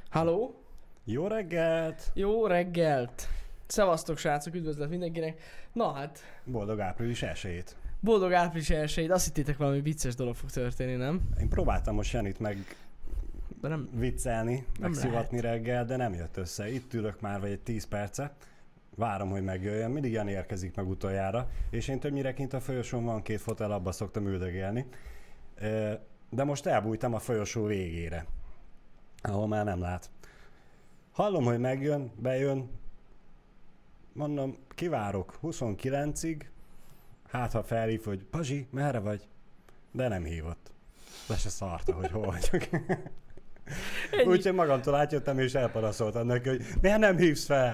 Halló? Jó reggelt! Jó reggelt! Szevasztok srácok, üdvözlet mindenkinek! Na hát, Boldog április 1-ét. boldog április 1-ét, azt hittétek valami vicces dolog fog történni, nem? Én próbáltam most Janit meg De nem. viccelni, meg szivatni lehet. reggel, de nem jött össze. Itt ülök már vagy egy 10 perce. Várom, hogy megjöjjön. Mindig Jani érkezik meg utoljára. És én többnyire kint a folyosón van 2 fotel, abba szoktam üldögélni. De most elbújtam a folyosó végére, ahol már nem lát. Hallom, hogy megjön, bejön. Mondom, kivárok 29-ig. Hát, ha felhív, hogy Pazsi, merre vagy? De nem hívott. De se szarta, hogy hol vagyok. Úgyhogy magamtól átjöttem és elparaszoltam neki, hogy miért nem hívsz fel?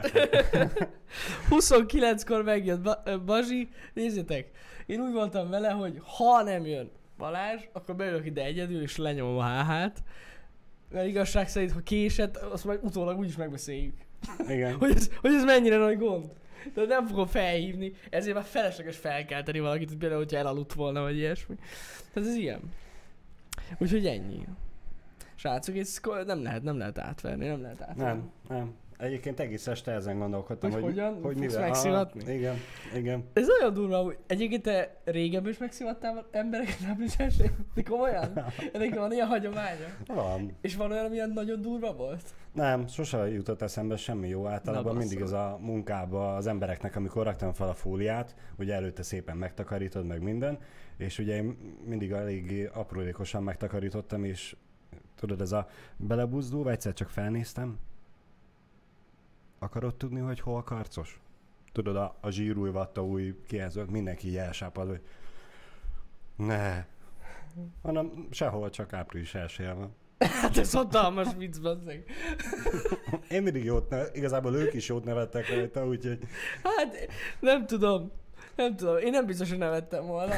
29-kor megjött Bazsi, nézzétek, én úgy voltam vele, hogy ha nem jön Balázs, akkor beülök ide egyedül és lenyomom a HH-t, mert igazság szerint, ha késett, azt meg utólag úgyis megbeszéljük. Igen. hogy ez mennyire nagy gond. De nem fogom felhívni, ezért már felesleges felkelteni valakit, hogy például, hogyha elaludt volna, vagy ilyesmi. Tehát ez ilyen. Úgyhogy ennyi. Srácok, ez nem lehet átverni, nem lehet átverni. Nem. Egyébként egész este ezen gondolkodtam, Hogy hogyan? Fogsz mivel. megszivatni? Igen. Ez olyan durva, hogy egyébként te régebben is megszivattál embereket április 1-én? De komolyan? Ennek van ilyen hagyománya? Van. És van olyan, amilyen nagyon durva volt? Nem, sose jutott eszembe semmi jó. Általában Na, mindig az a munkában az embereknek, amikor raktam fel a fóliát, ugye előtte szépen megtakarítod meg minden, és ugye én mindig eléggé aprólékosan megtakarítottam, és tudod, ez a belebuzdulva, egyszer csak felnéztem. Akarod tudni, hogy hol karcos? Tudod, a zsírúj, vattaúj, kijelzők, mindenki így elsápad, hogy ne. Hanem sehol, csak április 1-én van. Hát ez hatalmas vicc, bazzeg. Én mindig igazából ők is jót nevettek rajta, úgyhogy... Hát nem tudom. Én nem biztos, hogy nevettem volna.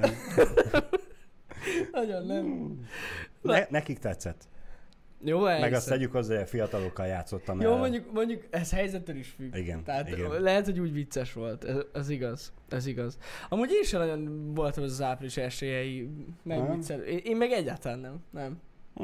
Nagyon nem. Nekik tetszett. Jó, meg azt tegyük hozzá, hogy fiatalokkal játszottam jó, el. mondjuk ez helyzettől is függ. Igen, Tehát igen. lehet, hogy úgy vicces volt. Ez igaz. Amúgy én sem nagyon voltam az április 1-i megviccelő. Én meg egyáltalán nem.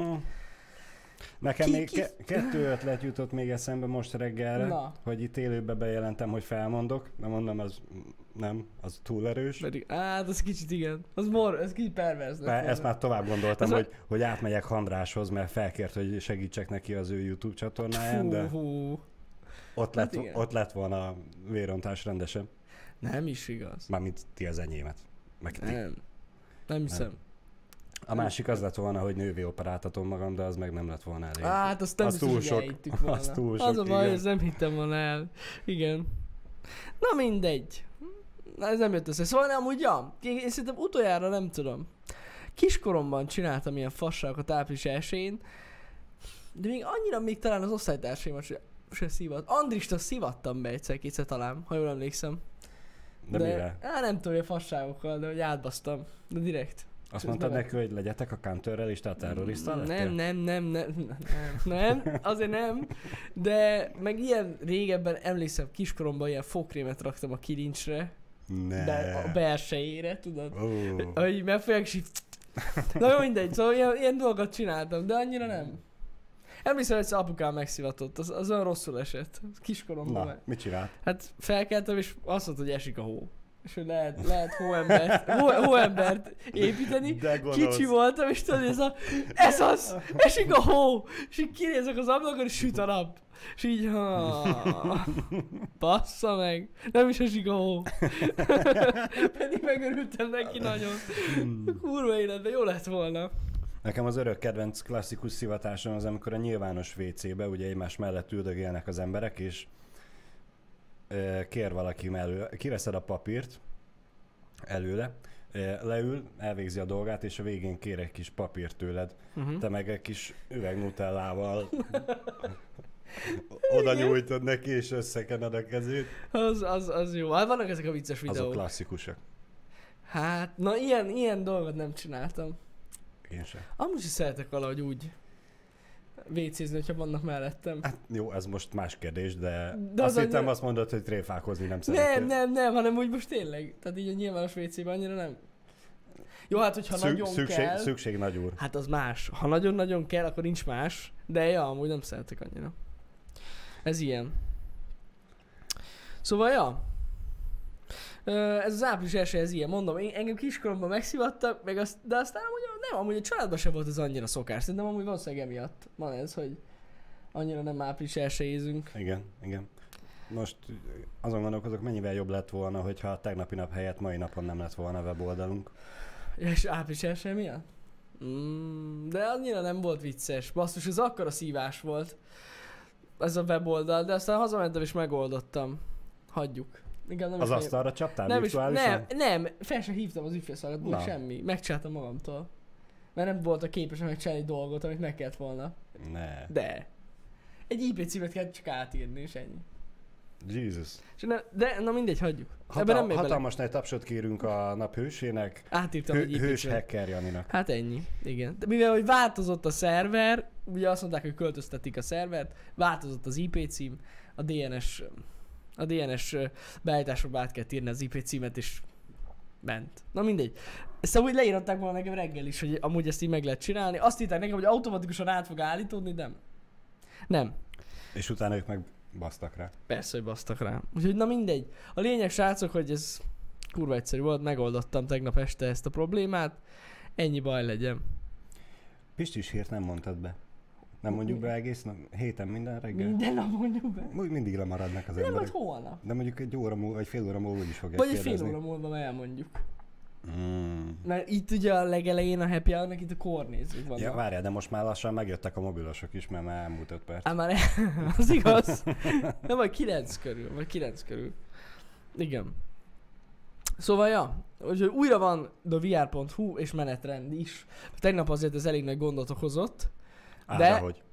Nekem még 2 ötlet jutott még eszembe most reggelre, hogy itt élőben bejelentem, hogy felmondok, de mondom, az túl erős. Pedig, az kicsit igen. Ez kicsit pervers. Ezt már tovább gondoltam, hogy átmegyek Andráshoz, mert felkért, hogy segítsek neki az ő YouTube csatornáján, de ott lett volna a vérontás rendesen. Nem is igaz. Mármint ti az enyémet. Meg ti. Nem hiszem. A másik az lett volna, hogy nővé operáltatom magam, de az meg nem lett volna elég. Hát azt nem biztos, hogy elhittük volna. Az túl sok, az a baj, ez nem hittem volna el. Igen. Na mindegy. Na ez nem jött össze. Szóval nem úgy, én szerintem utoljára nem tudom. Kiskoromban csináltam ilyen fasságokat április 1-én, de még annyira még talán az osztálytársaimat se szívat. Andrista szívattam be egyszer-kétszer talán, ha jól emlékszem. De mire? Nem tudom, hogy fasságokkal, de hogy átbasztam. De direkt. Azt mondtad neki, hogy legyetek a counterrel és te a terrorista lettél? Nem, azért nem. De meg ilyen régebben emlékszem, kiskoromban ilyen fogkrémet raktam a kilincsre. De a belsejére, tudod? Hogy megfogják és így... Na jó, mindegy, szóval ilyen dolgokat csináltam, de annyira nem. Emlékszem, hogy az apukám megszivatott, az olyan rosszul esett. Kiskoromban. Na, mit csinált? Hát felkeltem és azt mondta, hogy esik a hó. És hogy lehet hóembert építeni. Kicsi voltam, és tudod, ez az! Esik a hó! És így kinézek az ablakon, és süt a nap. És így, bassza meg! Nem is esik a hó. Pedig megörültem neki nagyon. Kurva életben, jó lett volna. Nekem az örök kedvenc klasszikus szivatásom az, amikor a nyilvános WC-be, ugye egymás mellett üldögélnek az emberek, és kér valaki mellől, kiveszed a papírt előle, leül, elvégzi a dolgát, és a végén kér egy kis papírt tőled. Te meg egy kis üveg nutellával oda nyújtod neki, és összekened a kezét. Az jó. Hát vannak ezek a vicces videók. Azok klasszikusak. Hát, na ilyen dolgot nem csináltam. Én sem. Amúgy is szeretek valahogy úgy WC-zni, hogyha vannak mellettem. Hát jó, ez most más kérdés, de azt hittem azt mondod, hogy tréfálkozni nem szeretnél. Nem, hanem úgy most tényleg. Tehát így a nyilvános WC-ben annyira nem. Jó, hát hogyha nagyon kell... Szükség nagy úr. Hát az más. Ha nagyon-nagyon kell, akkor nincs más. De ja, amúgy nem szeretek annyira. Ez ilyen. Szóval, ja. Ez az április első, ez ilyen. Mondom, engem kiskoromban megszivattak, de aztán amúgy a családban sem volt ez annyira szokás. Szerintem amúgy valószínűleg emiatt van ez, hogy annyira nem április elsőjézünk. Igen. Most azon gondolkozok, mennyivel jobb lett volna, hogyha a tegnapi nap helyett mai napon nem lett volna a weboldalunk. És április első miatt? De annyira nem volt vicces. Basszus, ez akkora szívás volt. Ez a weboldal, de aztán hazamentem és megoldottam. Hagyjuk. Nem az asztalra csaptál virtuálisan? Nem, fel sem hívtam az ügyfélszolgálatot, semmi. Megcsináltam magamtól. Mert nem voltak képesen megcsinálni dolgot, amit meg kellett volna. Ne. De. Egy IP címet kell csak átírni, és ennyi. Jesus. De na mindegy, hagyjuk. Hatalmas nagy tapsot kérünk a nap hősének. Átírtam egy IP címet. Hős hacker Janinak. Hát ennyi, igen. De mivel hogy változott a szerver, ugye azt mondták, hogy költöztetik a szervert, változott az IP cím, a DNS beállításokba át kell írni az IP címet, és ment. Na mindegy. Ezt amúgy leírották volna nekem reggel is, hogy amúgy ezt így meg lehet csinálni. Azt írták nekem, hogy automatikusan át fog állítódni, de nem. És utána ők meg basztak rá. Persze, hogy basztak rá. Úgyhogy na mindegy. A lényeg, srácok, hogy ez kurva egyszerű volt, megoldottam tegnap este ezt a problémát. Ennyi baj legyen. Pistis hírt nem mondtad be. Nem mondjuk be egész nap, héten minden reggel? Minden nap mondjuk be. Mindig lemaradnak az emberek. emberek. Nem, holnap. De mondjuk egy óra múlva, vagy fél óra múlva úgyis fogják vagy kérdezni. Vagy egy fél óra múlva elmondjuk. Mert itt ugye a legelején a happy hour-nak itt a kornézők vannak. Ja, várjál, de most már lassan megjöttek a mobilosok is, mert már elmúlt 5 perc. Már az igaz. Nem, vagy 9 körül. Igen. Szóval ja, úgyhogy újra van thevr.hu és menetrend is. Tegnap azért ez elég nagy gondot okozott. De hogy?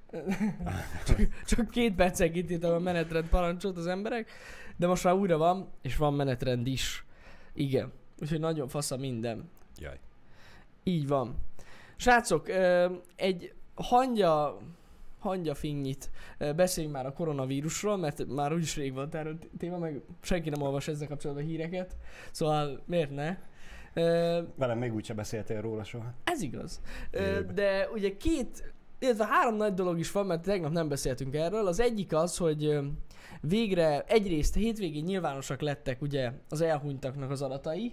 csak 2 percenként írtam a menetrend parancsot az emberek, de most már újra van, és van menetrend is. Igen. Úgyhogy nagyon fasz a minden. Jaj. Így van. Srácok, egy hangya finnyit beszéljünk már a koronavírusról, mert már úgyis rég volt erről téma, meg senki nem olvas ezzel kapcsolatban híreket, szóval miért ne? Velem még úgyse beszéltél róla soha. Ez igaz. De ugye 3 nagy dolog is van, mert tegnap nem beszéltünk erről. Az egyik az, hogy végre egyrészt hétvégén nyilvánosak lettek ugye az elhunytaknak az adatai,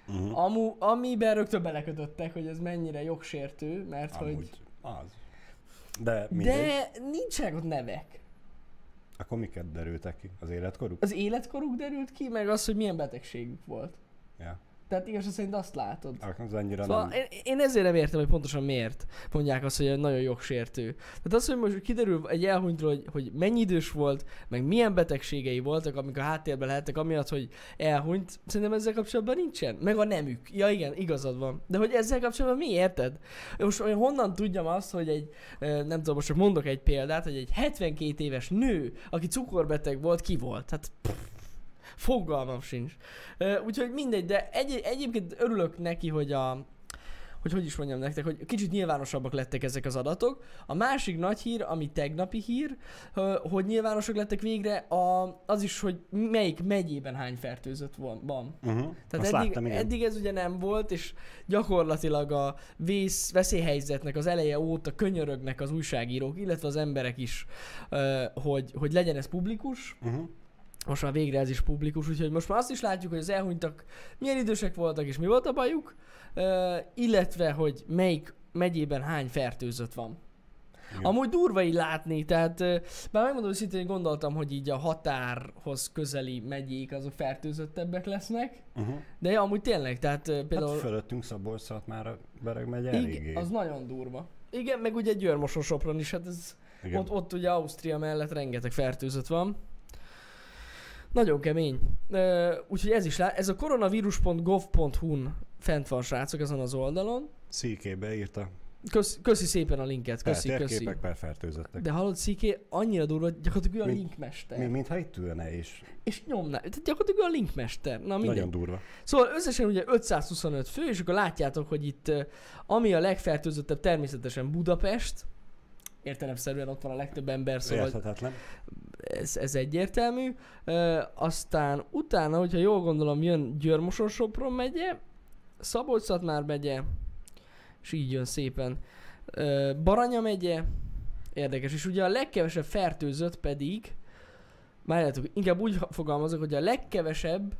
amiben rögtön belekötöttek, hogy ez mennyire jogsértő, mert amúgy hogy... az. De nincsenek ott nevek. Akkor miket derültek ki? Az életkoruk? Az életkoruk derült ki, meg az, hogy milyen betegségük volt. Ja. Tehát igazság szerint azt látod. Az annyira szóval nem... én ezért nem értem, hogy pontosan miért mondják azt, hogy nagyon jogsértő. Tehát az, hogy most kiderül egy elhunytról, hogy mennyi idős volt, meg milyen betegségei voltak, amik a háttérben lehettek, amiatt, hogy elhunyt, szerintem ezzel kapcsolatban nincsen. Meg a nemük. Ja igen, igazad van. De hogy ezzel kapcsolatban mi érted? Most honnan tudjam azt, hogy egy, nem tudom, most csak mondok egy példát, hogy egy 72 éves nő, aki cukorbeteg volt, ki volt? Hát fogalmam sincs. Úgyhogy mindegy, de egyébként örülök neki, hogy hogy is mondjam nektek, hogy kicsit nyilvánosabbak lettek ezek az adatok. A másik nagy hír, ami tegnapi hír, hogy nyilvánosak lettek végre, az is, hogy melyik megyében hány fertőzött van. Tehát eddig ez ugye nem volt, és gyakorlatilag a veszélyhelyzetnek az eleje óta könyörögnek az újságírók, illetve az emberek is, hogy legyen ez publikus. Most már végre ez is publikus, úgyhogy most már azt is látjuk, hogy az elhunytak milyen idősek voltak és mi volt a bajuk, illetve, hogy melyik megyében hány fertőzött van. Igen. Amúgy durva így látni, tehát bár megmondom őszintén, hogy gondoltam, hogy így a határhoz közeli megyék azok fertőzöttebbek lesznek, de ja, amúgy tényleg, tehát például... Hát fölöttünk Szabolcs-Szat már a Bereg megye eléggé. Az nagyon durva. Igen, meg ugye Győr-Moson-Sopron is, hát ez ott ugye Ausztria mellett rengeteg fertőzött van. Nagyon kemény. Úgyhogy ez a koronavírus.gov.hu-n fent van, srácok, ezen az oldalon. Szíkébe írta. Köszi szépen a linket, köszi. Térképek per fertőzöttek. De hallod, Szíké annyira durva, hogy gyakorlatilag ő a linkmester. Mintha itt ülne is. És nyomná. Tehát gyakorlatilag ő a linkmester. Na mindegy. Nagyon durva. Szóval összesen ugye 525 fő, és akkor látjátok, hogy itt ami a legfertőzöttebb természetesen Budapest. Értelemszerűen ott van a legtöbb ember, szóval érthetetlen. Ez egyértelmű. Aztán utána, hogyha jól gondolom, jön Győr-Moson-Sopron megye, Szabolcs-Szatmár megye, és így jön szépen. Baranya megye, érdekes, és ugye a legkevesebb fertőzött pedig, várjátok, inkább úgy fogalmazok, hogy a legkevesebb...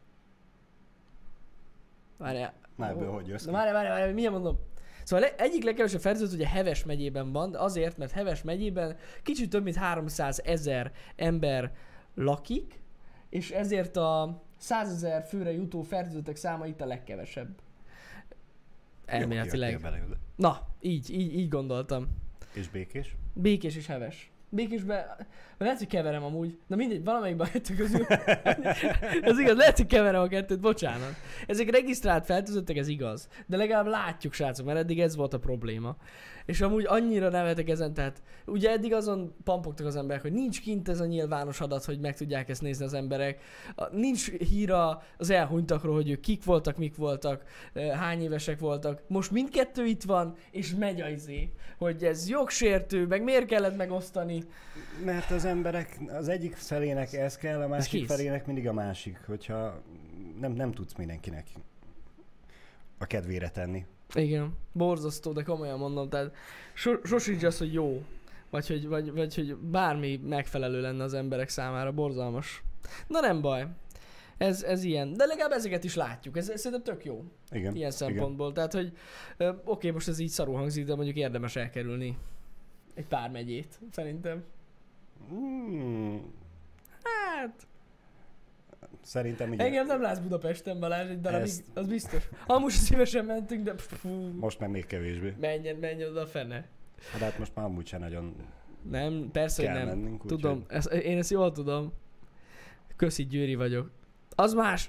Várjál. Hogy jössz ki? Várjál, milyen mondom? Szóval egyik legkevesebb fertőzött ugye Heves megyében van, de azért, mert Heves megyében kicsit több mint 300 000 ember lakik, és ezért a 100 000 főre jutó fertőzöttek száma itt a legkevesebb. Elméletileg. Na, így gondoltam. És Békés? Békés és Heves. Békésben, lehet, hogy keverem amúgy. Na mindegy, valamelyikben a kettő közül. Ez igaz, lehet, hogy keverem a kettőt, bocsánat. Ezek regisztrált fertőzöttek, ez igaz. De legalább látjuk, srácok, mert eddig ez volt a probléma. És amúgy annyira nevetek ezen, tehát ugye eddig azon pampogtak az emberek, hogy nincs kint ez a nyilvános adat, hogy meg tudják ezt nézni az emberek. Nincs híra az elhunytakról, hogy ők kik voltak, mik voltak, hány évesek voltak. Most mindkettő itt van, és megy hogy ez jogsértő, meg miért kellett megosztani. Mert az emberek, az egyik felének ez kell, a másik felének mindig a másik, hogyha nem tudsz mindenkinek a kedvére tenni. Igen, borzasztó, de komolyan mondom, tehát sosincs az, hogy jó, vagy hogy bármi megfelelő lenne az emberek számára, borzalmas. Na nem baj, ez ilyen, de legalább ezeket is látjuk, ez szerintem tök jó. Igen. Ilyen szempontból, tehát hogy oké, most ez így szarul hangzik, de mondjuk érdemes elkerülni egy pár megyét, szerintem. Hát... Szerintem igen. Engem nem látsz Budapesten, Balázs, egy darabig, az biztos. Amúgy szívesen mentünk, de... Most már még kevésbé. Menjen oda a fene. Hát most már amúgy sem nagyon nem, persze, hogy nem. Mennünk, tudom, én ezt jól tudom. Köszi, Győri vagyok. Az más.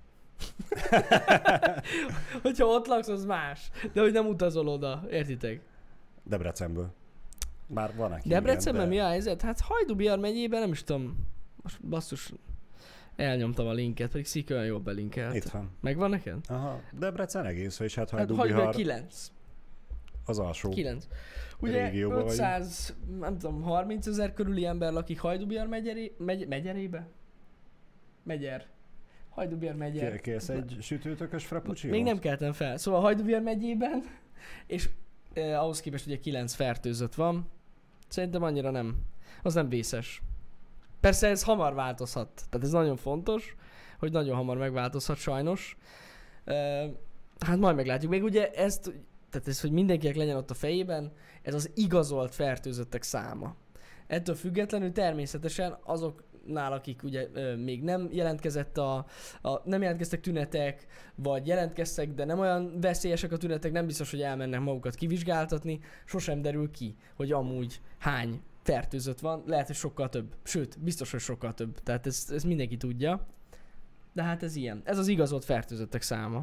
Hogyha ott laksz, az más. De hogy nem utazol oda, értitek? Debrecenből. Bár van, aki Debrecenben mi a helyzet? Hát Hajdú-Bihar megyében nem is tudom. Most basszus, elnyomtam a linket, pedig Szik olyan jól belinkelt. Itt van. Megvan neked? Aha, Debrecen egész, és hát Hajdú-Bihar... Hát 9. Az alsó 9. Ugye 500, nem tudom, 30 000 körüli ember lakik Hajdú-Bihar megyerébe? Megyer. Hajdú-Bihar megyer. Kérsz egy sütőtökös frappuccinót? Még nem keltem fel. Szóval Hajdú-Bihar megyében, és ahhoz képest ugye 9 fertőzött van. Szerintem annyira nem. Az nem vészes. Persze ez hamar változhat. Tehát ez nagyon fontos, hogy nagyon hamar megváltozhat sajnos. Hát majd meglátjuk. Még ugye tehát ez, hogy mindenkinek legyen ott a fejében, ez az igazolt fertőzöttek száma. Ettől függetlenül természetesen azoknál, akik ugye még nem jelentkezett nem jelentkeztek tünetek, vagy jelentkeztek, de nem olyan veszélyesek a tünetek, nem biztos, hogy elmennek magukat kivizsgáltatni, sosem derül ki, hogy amúgy hány fertőzött van, lehet, hogy sokkal több. Sőt, biztos, hogy sokkal több. Tehát ez mindenki tudja. De hát ez ilyen. Ez az igazolt fertőzöttek száma.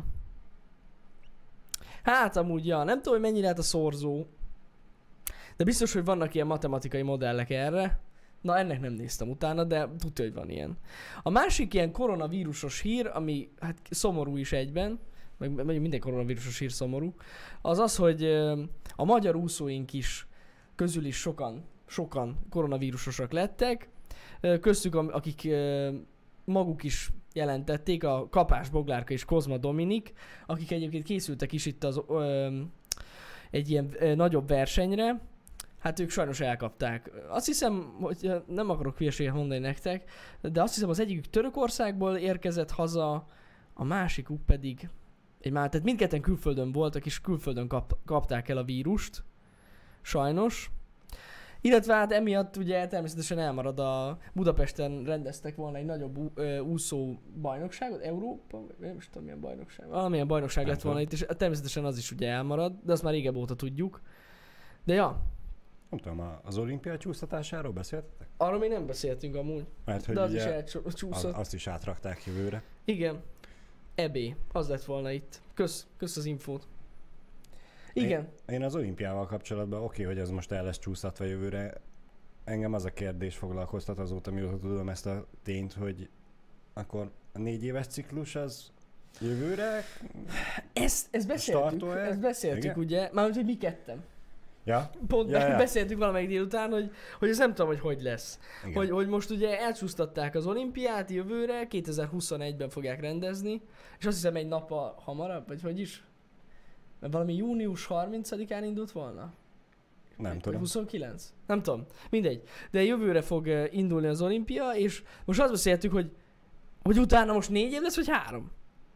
Hát amúgy, ja, nem tudom, hogy mennyi lehet a szorzó. De biztos, hogy vannak ilyen matematikai modellek erre. Na, ennek nem néztem utána, de tudja, hogy van ilyen. A másik ilyen koronavírusos hír, ami hát szomorú is egyben, meg minden koronavírusos hír szomorú, az az, hogy a magyar úszóink is közül is sokan koronavírusosak lettek. Köztük, akik maguk is jelentették, a Kapás Boglárka és Kozma Dominik, akik egyébként készültek is itt egy ilyen nagyobb versenyre. Hát ők sajnos elkapták. Azt hiszem, hogy nem akarok hülyeséget mondani nektek, de azt hiszem az egyikük Törökországból érkezett haza, a másikuk pedig tehát mindketten külföldön voltak, és külföldön kapták el a vírust. Sajnos. Illetve hát emiatt ugye természetesen elmarad Budapesten rendeztek volna egy nagyobb úszó bajnokságot, Európa, nem is tudom milyen bajnokság, valamilyen bajnokság lett volna itt, és természetesen az is ugye elmarad, de azt már régebb óta tudjuk. De ja. Nem tudom, az olimpiai csúsztatásáról beszéltetek? Arról még nem beszéltünk amúgy, mert, hogy de az is elcsúszott. Azt is átrakták jövőre. Igen. Az lett volna itt. Kösz az infót. Igen. Én az olimpiával kapcsolatban oké, hogy ez most el lesz csúsztatva jövőre. Engem az a kérdés foglalkoztat azóta, mióta tudom ezt a tényt, hogy akkor a 4 éves ciklus az jövőre ezt beszéltük igen? ugye, mármint, hogy mi ketten. Ja? Pont beszéltünk valamelyik délután, hogy ez nem tudom, hogy lesz. Hogy most ugye elcsúsztatták az olimpiát jövőre, 2021-ben fogják rendezni, és azt hiszem egy nappal hamarabb, vagy hogy is? Mert valami június 30-án indult volna? Nem tudom. 29? Nem tudom. Mindegy. De jövőre fog indulni az olimpia, és most azt beszéltük, hogy utána most 4 év lesz, vagy 3?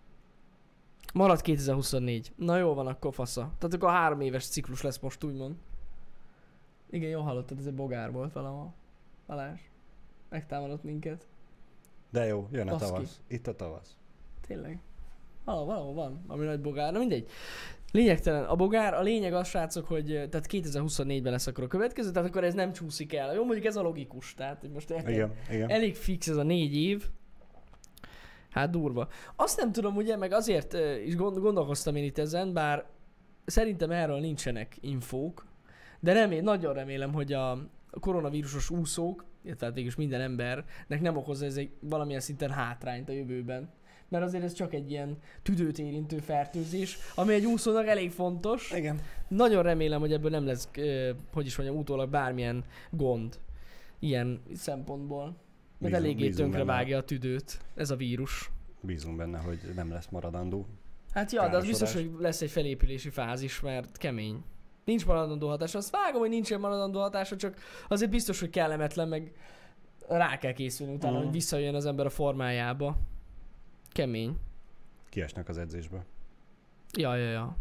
Marad 2024. Na jó van, akkor fasza. Tehát akkor 3 éves ciklus lesz most, úgymond. Igen, jól hallottad, ez egy bogár volt valahol. Balázs. Megtámadott minket. De jó, jön a tavasz. Itt a tavasz. Tényleg. Valahol van, ami nagy bogár. Na mindegy. Lényegtelen. A bogár, a lényeg az, srácok, hogy tehát 2024-ben lesz akkor a következő, tehát akkor ez nem csúszik el. Jó, mondjuk ez a logikus, tehát most igen. Elég fix ez a 4 év. Hát durva. Azt nem tudom, ugye, meg azért is gondolkoztam én itt ezen, bár szerintem erről nincsenek infók, de nagyon remélem, hogy a koronavírusos úszók, illetve hát végülis minden embernek nem okozza ez valamilyen szinten hátrányt a jövőben. Mert azért ez csak egy ilyen tüdőt érintő fertőzés, ami egy úszónak elég fontos. Igen. Nagyon remélem, hogy ebből nem lesz, utólag bármilyen gond ilyen szempontból. Mert eléggé tönkrevágja a tüdőt ez a vírus. Bízunk benne, hogy nem lesz maradandó. Hát ja, de az biztos, hogy lesz egy felépülési fázis, mert kemény. Nincs maradandó hatása. Azt vágom, hogy nincsen maradandó hatása, csak azért biztos, hogy kellemetlen, meg rá kell készülni utána, hogy visszajön az ember a formájába. Kemény. Kiesnek az edzésből. Ja.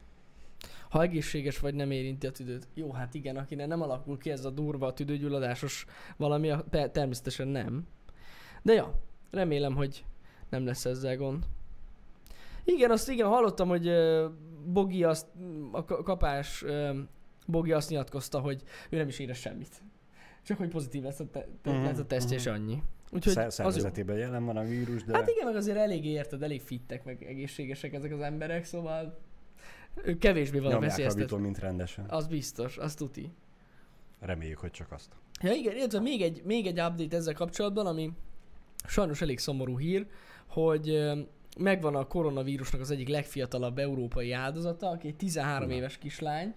Ha egészséges vagy, nem érinti a tüdőt. Jó, hát igen, akinek nem alakul ki ez a durva tüdőgyulladásos valami, természetesen nem. De ja, remélem, hogy nem lesz ezzel gond. Igen, hallottam, hogy Bogi a kapás Bogi azt nyilatkozta, hogy ő nem is érez semmit. Csak hogy pozitív lesz a tesztje, és annyi. Úgyhogy szervezetében jelen van a vírus, de... Hát igen, meg azért elég fittek, meg egészségesek ezek az emberek, szóval ők kevésbé van a veszélyeztetve. mint rendesen. Az biztos, az tuti. Reméljük, hogy csak azt. Ja igen, illetve még egy update ezzel kapcsolatban, ami sajnos elég szomorú hír, hogy megvan a koronavírusnak az egyik legfiatalabb európai áldozata, aki egy 13 éves kislány.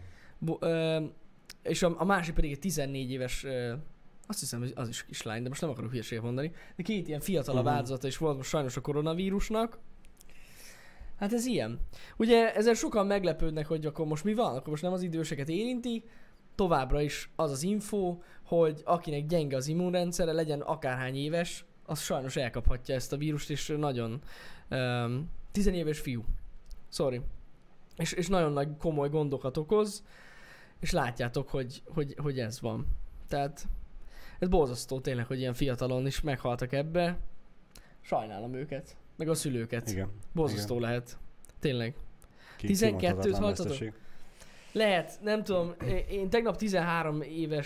És a másik pedig egy 14 éves, azt hiszem, hogy az is kislány, de most nem akarok hülyeséget mondani, de 2 ilyen fiatalabb áldozata is volt most sajnos a koronavírusnak. Hát ez ilyen. Ugye ezzel sokan meglepődnek, hogy akkor most mi van, akkor most nem az időseket érinti, továbbra is az az info, hogy akinek gyenge az immunrendszere, legyen akárhány éves, az sajnos elkaphatja ezt a vírust, és nagyon 10 éves fiú. Sorry. És nagyon nagy komoly gondokat okoz, és látjátok, hogy ez van. Tehát ez borzasztó tényleg, hogy ilyen fiatalon is meghaltak ebbe. Sajnálom őket, meg a szülőket. Igen. Borzasztó lehet. Tényleg. 12-t haltatok? Lehet, nem tudom, én tegnap 13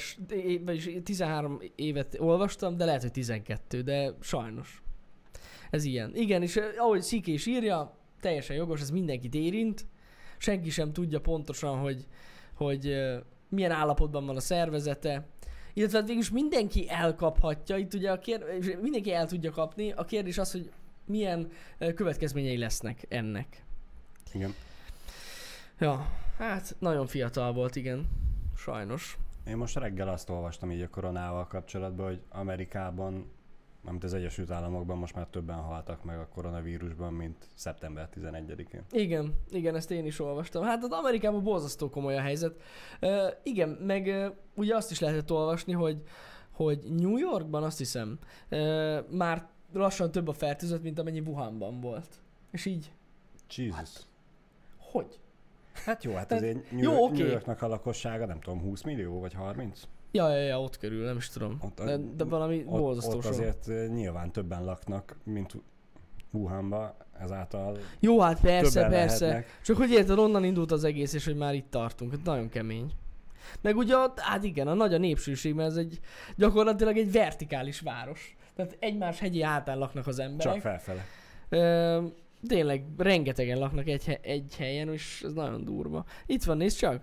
évet olvastam, de lehet, hogy 12, de sajnos. Ez ilyen. Igen, és ahogy Sziké is írja, teljesen jogos, ez mindenkit érint. Senki sem tudja pontosan, hogy milyen állapotban van a szervezete. Illetve végülis mindenki elkaphatja, itt ugye mindenki el tudja kapni, a kérdés az, hogy milyen következményei lesznek ennek. Igen. Ja, hát nagyon fiatal volt, igen. Sajnos. Én most reggel azt olvastam így a koronával kapcsolatban, hogy Amerikában, amit az Egyesült Államokban most már többen haltak meg a koronavírusban, mint szeptember 11-én. Igen, ezt én is olvastam. Hát az Amerikában borzasztó komoly a helyzet. Igen, meg ugye azt is lehetett olvasni, hogy New Yorkban azt hiszem már lassan több a fertőzött, mint amennyi Wuhanban volt. És így... Jesus. Hát, hogy? Hát jó, hát azért New Yorknak a lakossága, nem tudom, 20 millió vagy 30? Ja, ott körül, nem is tudom. De valami borzasztó ott azért nyilván többen laknak, mint Wuhanba, ezáltal jó, hát persze. Lehetnek. Csak hogy érted, onnan indult az egész, és hogy már itt tartunk. Nagyon kemény. Meg ugye, hát igen, a nagy a népsűrűség, mert ez gyakorlatilag egy vertikális város. Tehát egymás hegyi hátán laknak az emberek. Csak felfele. Tényleg rengetegen laknak egy helyen, és ez nagyon durva. Itt van, nézd csak.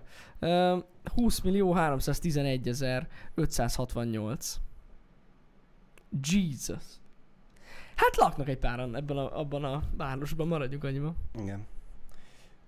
20.311.568. Jesus. Hát laknak egy páran abban a városban, maradjunk annyiban. Igen.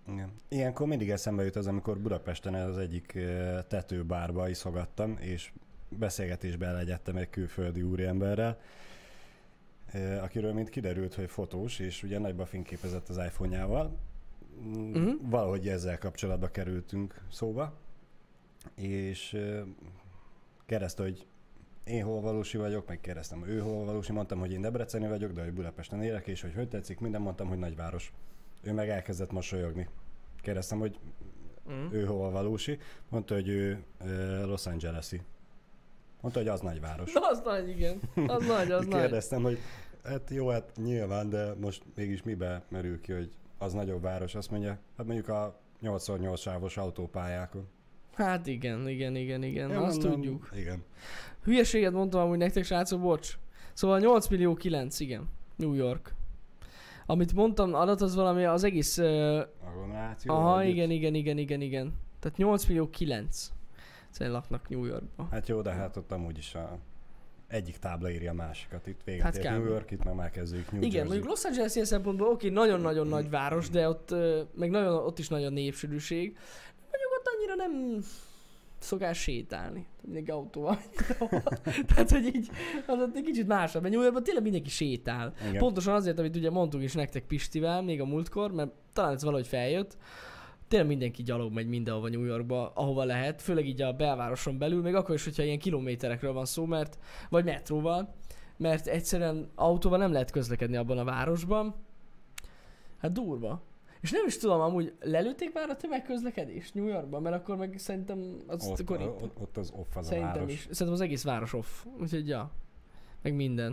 Igen. Ilyenkor mindig eszembe jut az, amikor Budapesten az egyik tetőbárba iszogattam, és beszélgetésbe elegyedtem egy külföldi úriemberrel, akiről mint kiderült, hogy fotós, és ugye nagyba fényképezett az iPhone-jával. Valahogy ezzel kapcsolatba kerültünk szóba, és kérdezte, hogy én hol valósi vagyok, meg kérdeztem, ő hol valósi, mondtam, hogy én debreceni vagyok, de hogy Budapesten élek, és hogy tetszik, minden mondtam, hogy nagyváros. Ő meg elkezdett mosolyogni. Kérdeztem, hogy ő hol valósi, mondta, hogy ő Los Angeles-i. Mondta, hogy az nagyváros. Az nagy, igen. Az nagy. Kérdeztem, hogy hát jó, hát nyilván, de most mégis mibe merül ki, hogy az nagyobb város? Azt mondja, hát mondjuk a 8x8 sávos autópályákon. Hát igen. Ja, azt mondom, tudjuk. Igen. Hülyeséget mondtam amúgy nektek, srácok, bocs. Szóval 8 millió 9, igen. New York. Amit mondtam, adat az valami az egész... Agglomeráció. Aha, igen. Tehát 8 millió 9. Szerintem laknak New Yorkban. Hát jó, de hát ott amúgy is egyik tábla írja a másikat. Itt véget Hát ért New York, itt már kezdődik New Igen, Jersey. mondjuk Los Angeles ilyen szempontból oké, nagyon-nagyon nagy város, de ott, meg ott is nagy a népsűrűség. Mondjuk ott annyira nem szokás sétálni. Mindenki autóval. Tehát, hogy így, az ott egy kicsit másabb. Mert New Yorkban tényleg mindenki sétál. Igen. Pontosan azért, amit ugye mondtuk is nektek Pistivel, még a múltkor, mert talán ez valahogy feljött. Tényleg mindenki gyalog megy mindenhova New Yorkba, ahova lehet, főleg így a belvároson belül, még akkor is, hogyha ilyen kilométerekről van szó, vagy metróval, mert egyszerűen autóval nem lehet közlekedni abban a városban. Hát durva. És nem is tudom, amúgy lelőtték már a tömegközlekedést New Yorkban, mert akkor meg szerintem az ott az off az szerintem a város. is. Szerintem az egész város off. Úgyhogy ja. Meg minden.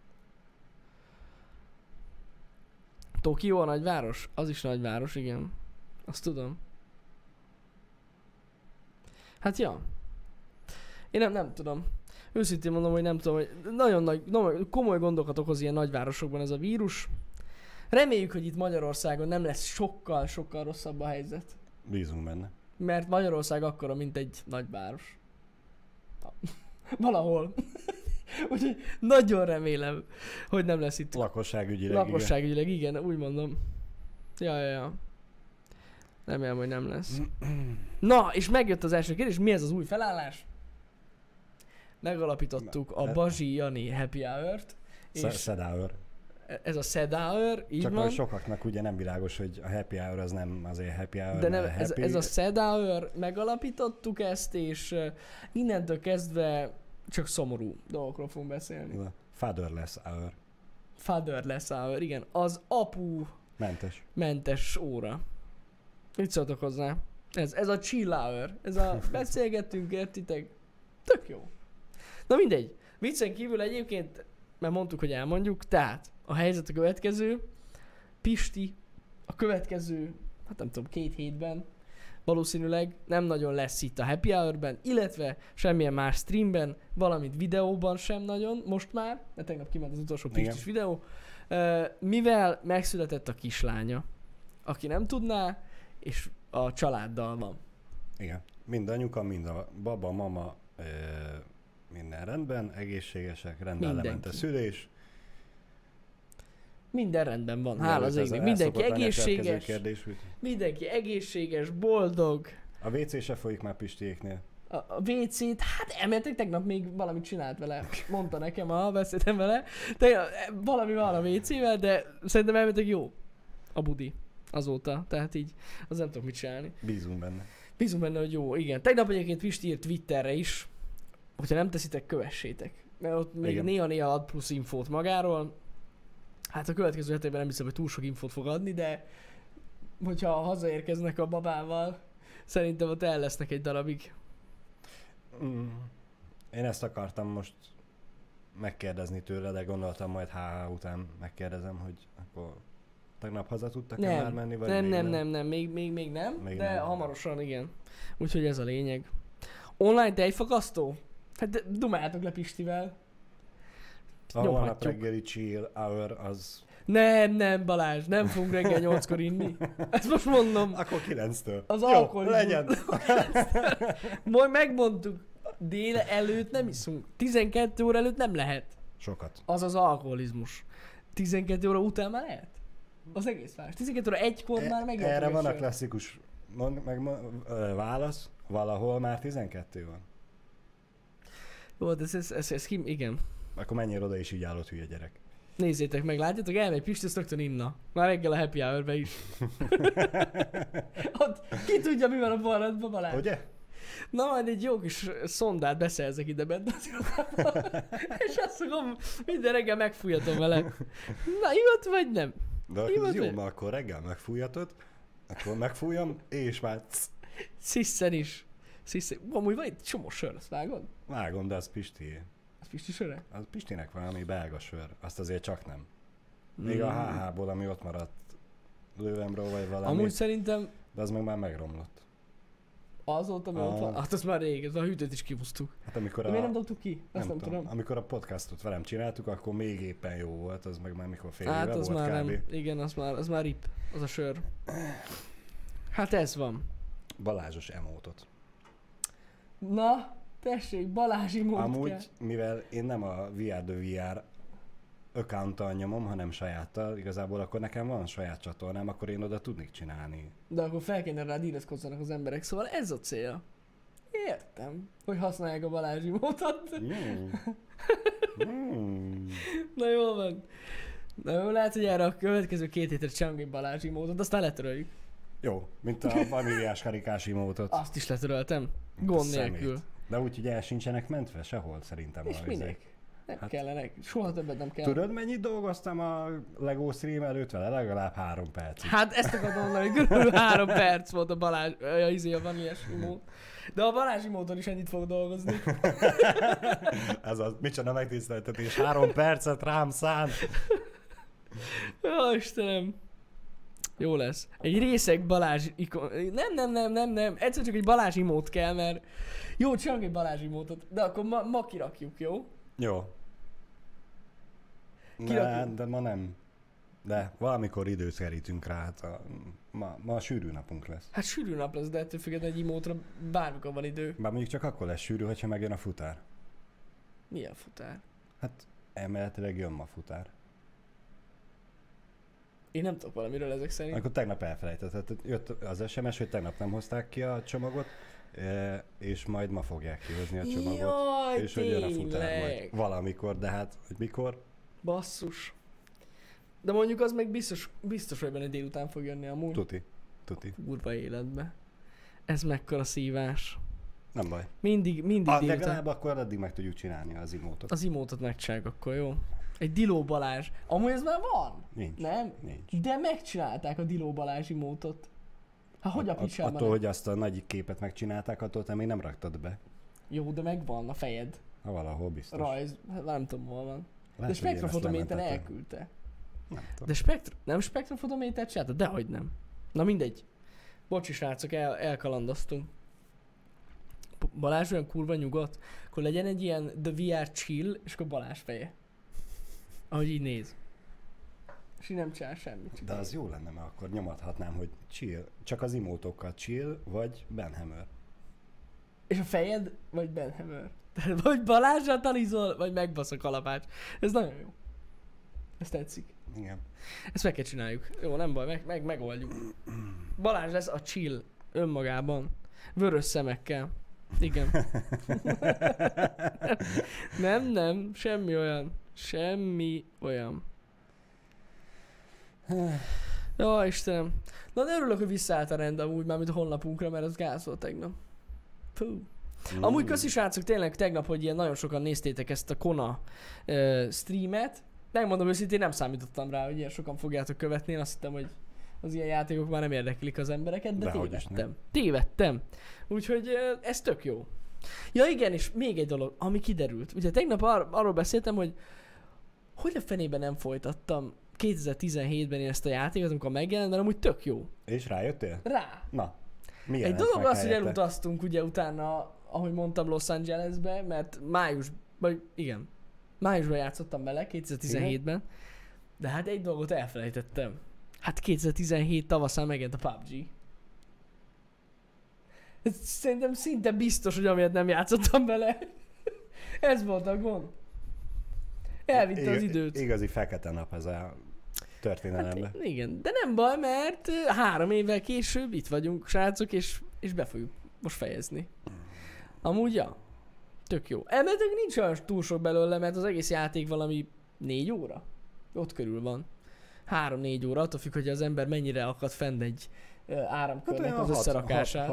Tokió a nagyváros? Az is nagyváros, igen. Azt tudom. Hát ja. Én nem tudom. Őszintén mondom, hogy nem tudom, hogy nagyon komoly gondokat okoz ilyen nagyvárosokban ez a vírus. Reméljük, hogy itt Magyarországon nem lesz sokkal rosszabb a helyzet. Bízunk benne. Mert Magyarország akkora, mint egy nagyváros. Valahol. Úgyhogy nagyon remélem, hogy nem lesz itt. Lakosságügyileg, igen, úgy mondom. Ja. Remélem, hogy nem lesz. Na, és megjött az első kérdés, mi ez az új felállás? Megalapítottuk a Bazsi Jani Happy Hour-t. Sad Hour. Ez a Sad Hour, így csak van. Csak sokaknak ugye nem világos, hogy a Happy Hour az nem azért Happy Hour, de nem, happy. Ez a Sad Hour, megalapítottuk ezt, és innentől kezdve csak szomorú dolgokról fogunk beszélni. Fatherless Hour. Fatherless Hour, igen. Az apu mentes óra. Mit szóltok hozzá? Ez a chill hour. Ez a beszélgetünk, értitek? Tök jó. Na mindegy. Viccen kívül egyébként, mert mondtuk, hogy elmondjuk, tehát a helyzet a következő. Pisti a következő, hát nem tudom, 2 hétben valószínűleg nem nagyon lesz itt a Happy Hour-ben, illetve semmilyen más streamben, valamint videóban sem nagyon, most már, mert tegnap kiment az utolsó Pistis videó, mivel megszületett a kislánya, aki nem tudná, és a családdal van. Igen. Mind anyuka, mind a baba, mama, minden rendben, egészségesek, rendben lement a szülés. Minden rendben van, hála az égnek. Mindenki egészséges, mindenki egészséges, boldog. A WC se folyik már Pistiéknél. A WC-t, hát elmentek, tegnap még valamit csinált vele. Mondta nekem, beszéltem vele. Valami van a WC-vel, de szerintem elmentek jó a budi azóta. Tehát így, az nem tudok mit csinálni. Bízunk benne. Bízunk benne, hogy jó, igen. Tegnap egyébként Pisti írt Twitterre is, hogyha nem teszitek, kövessétek. Mert ott még néha ad plusz infót magáról. Hát a következő hetében nem hiszem, hogy túl sok infót fog adni, de hogyha hazaérkeznek a babával, szerintem ott el lesznek egy darabig. Én ezt akartam most megkérdezni tőle, de gondoltam majd után megkérdezem, hogy akkor tegnap haza tudtak-e már menni, vagy nem, még nem, még de nem. Hamarosan igen. Úgyhogy ez a lényeg. Online tejfakasztó? Hát dumáljátok le Pistivel. A holnap reggeli chill hour az... Nem, Balázs, nem fogunk reggel 8-kor inni. Ezt most mondom. Akkor 9-től. Az alkohol legyen. Majd megmondtuk, dél előtt nem iszunk. 12 óra előtt nem lehet. Sokat. Az az alkoholizmus. 12 óra után már lehet? Az egész város. 12 óra 1-kor már megjöttek. Erre van a klasszikus válasz, valahol már 12 van. Jó, de ez igen. Akkor menjél oda és így állott hülye gyerek. Nézzétek meg, látjátok, elmegy Pisti, azt rögtön inna. Már reggel a happy hour-be is. Ott ki tudja, mi van a balradban, Balázs. Ugye? Na, majd egy jó kis szondát beszerzek ide bent az irodában, és azt fogom, minden reggel megfújjatom vele. Na, ivott vagy nem? De akkor az jó, mert akkor reggel megfújjatod, akkor megfújjam, és már... Sziszen is. Sziszen. Amúgy van itt csomó sör, azt vágod? Vágom, de az Pisti. Az Pisti söre? Az Pistinek valami belga sör, azt azért csak nem. Még a HH-ból, ami ott maradt lővemről, vagy valami. Amúgy szerintem... De az meg már megromlott. Azóta, ami ott van? Hát az már rég, ez a hűtőt is kihúztuk. Hát amikor miért nem dobtuk ki? Azt nem tudom. Amikor a podcastot velem csináltuk, akkor még éppen jó volt, az meg már mikor fél hát éve az volt már kb. Nem. Igen, az már rip, az a sör. Hát ez van. Balázsos emótot. Na, tessék, Balázs emót amúgy, kell. mivel én nem a VR the VR account-tal nyomom, hanem sajáttal, igazából akkor nekem van saját csatornám, akkor én oda tudnék csinálni. De akkor fel kéne rád iratkozzanak az emberek, szóval ez a cél. Értem, hogy használják a Balázs emótot. Na jól van. Na jó, lehet, hogy erre a következő 2 hétre csinálunk egy Balázs emótot, aztán letöröljük. Jó, mint a familiás karikás emótot. Azt is letöröltem. Gond nélkül. De úgy, hogy el sincsenek mentve sehol szerintem. És minek? Nem hát, kellenek. Soha többet nem kell. Tudod, mennyit dolgoztam a Lego stream előtt vele? Legalább 3 percig. Hát ezt akartam mondani, hogy körülbelül 3 perc volt a Balázs, a vaníliás imót. De a Balázs imóton is ennyit fog dolgozni. Ez az, micsoda megtiszteltetés, 3 percet rám szán. Jó, Istenem. Jó lesz. Egy részeg Balázs ikon... Nem. Egyszer csak egy Balázs imót kell, mert... Jó, csinálunk egy Balázs imótot, de akkor ma kirakjuk, jó? Jó. De ma nem. De valamikor időt kerítünk rá, hát ma sűrű napunk lesz. Hát sűrű nap lesz, de ettől függetlenül egy imótra bármikor van idő. Bár mondjuk csak akkor lesz sűrű, hogyha megjön a futár. Milyen futár? Hát emeletileg jön ma futár. Én nem tudok valamiről ezek szerint. Akkor tegnap elfelejtetted. Jött az SMS, hogy tegnap nem hozták ki a csomagot, és majd ma fogják kihozni a csomagot. Jaj, és hogy jön a futár majd valamikor, de hát, hogy mikor? Basszus. De mondjuk az meg biztos, hogy benne délután fog jönni amúgy. Tuti. Kurva életbe. Ez mekkora szívás. Nem baj. Mindig délután. Legalább akkor addig meg tudjuk csinálni az imótot. Az imótot megcsináljuk akkor, jó? Egy Diló Balázs. Amúgy ez már van? Nincs. Nem? Nincs. De megcsinálták a Diló Balázs imótot. Hát hogy a picsában? Attól, hogy azt a nagy képet megcsinálták, attól te még nem raktad be. Jó, de megvan a fejed. Ha valahol biztos. Rajz. Hát nem tudom, hol van. Lehet, de spektrofotométer elküldte. Nem tudom. De nem spektrofotométert csinálta? Dehogy nem. Na mindegy. Bocsi srácok, elkalandoztunk. Balázs olyan kurva nyugodt, akkor legyen egy ilyen The VR chill, és akkor Balázs feje. Ahogy így néz. És így nem csinál semmit. De az jó lenne, mert akkor nyomathatnám, hogy chill. Csak az imótokkal chill, vagy Benhammer. És a fejed, vagy Benhammer. Tehát vagy Balázsra talizol, vagy megbasz a kalapács. Ez nagyon jó. Ez tetszik. Igen. Ezt meg kell csináljuk. Jó, nem baj, megoldjuk. Balázs lesz a chill önmagában. Vörös szemekkel. Igen. nem, semmi olyan. Semmi olyan. Jó, Istenem. Na de örülök, hogy visszaállt a rend amúgy már, mint a honlapunkra, mert az gáz volt tegnap. Fú. Amúgy köszi srácok, tényleg tegnap, hogy ilyen nagyon sokan néztétek ezt a Kona streamet. Megmondom őszintén, nem számítottam rá, hogy ilyen sokan fogjátok követni. Én azt hittem, hogy az ilyen játékok már nem érdeklik az embereket, de tévedtem. Úgyhogy ez tök jó. Ja igen, és még egy dolog, ami kiderült. Ugye tegnap arról beszéltem, hogy a fenében nem folytattam 2017-ben én ezt a játékot, amikor megjelent, de amúgy tök jó. És rájöttél? Rá. Na. Egy dolog az, hogy elutaztunk ugye utána, ahogy mondtam, Los Angelesbe, mert májusban játszottam bele, 2017-ben. De hát egy dolgot elfelejtettem. Hát 2017 tavaszán megjelent a PUBG. Szerintem szinte biztos, hogy amiért nem játszottam bele. Ez volt a gond. Elvitte az időt. Igazi fekete nap ez a történelembe. Hát, igen, de nem baj, mert 3 évvel később itt vagyunk, srácok, és be fogjuk most fejezni. Amúgy, ja, tök jó. Elméletileg nincs olyan túl sok belőle, mert az egész játék valami 4 óra. Ott körül van. 3-4 óra, attól függ, hogy az ember mennyire akad fenn egy áramkörnek az összerakásán.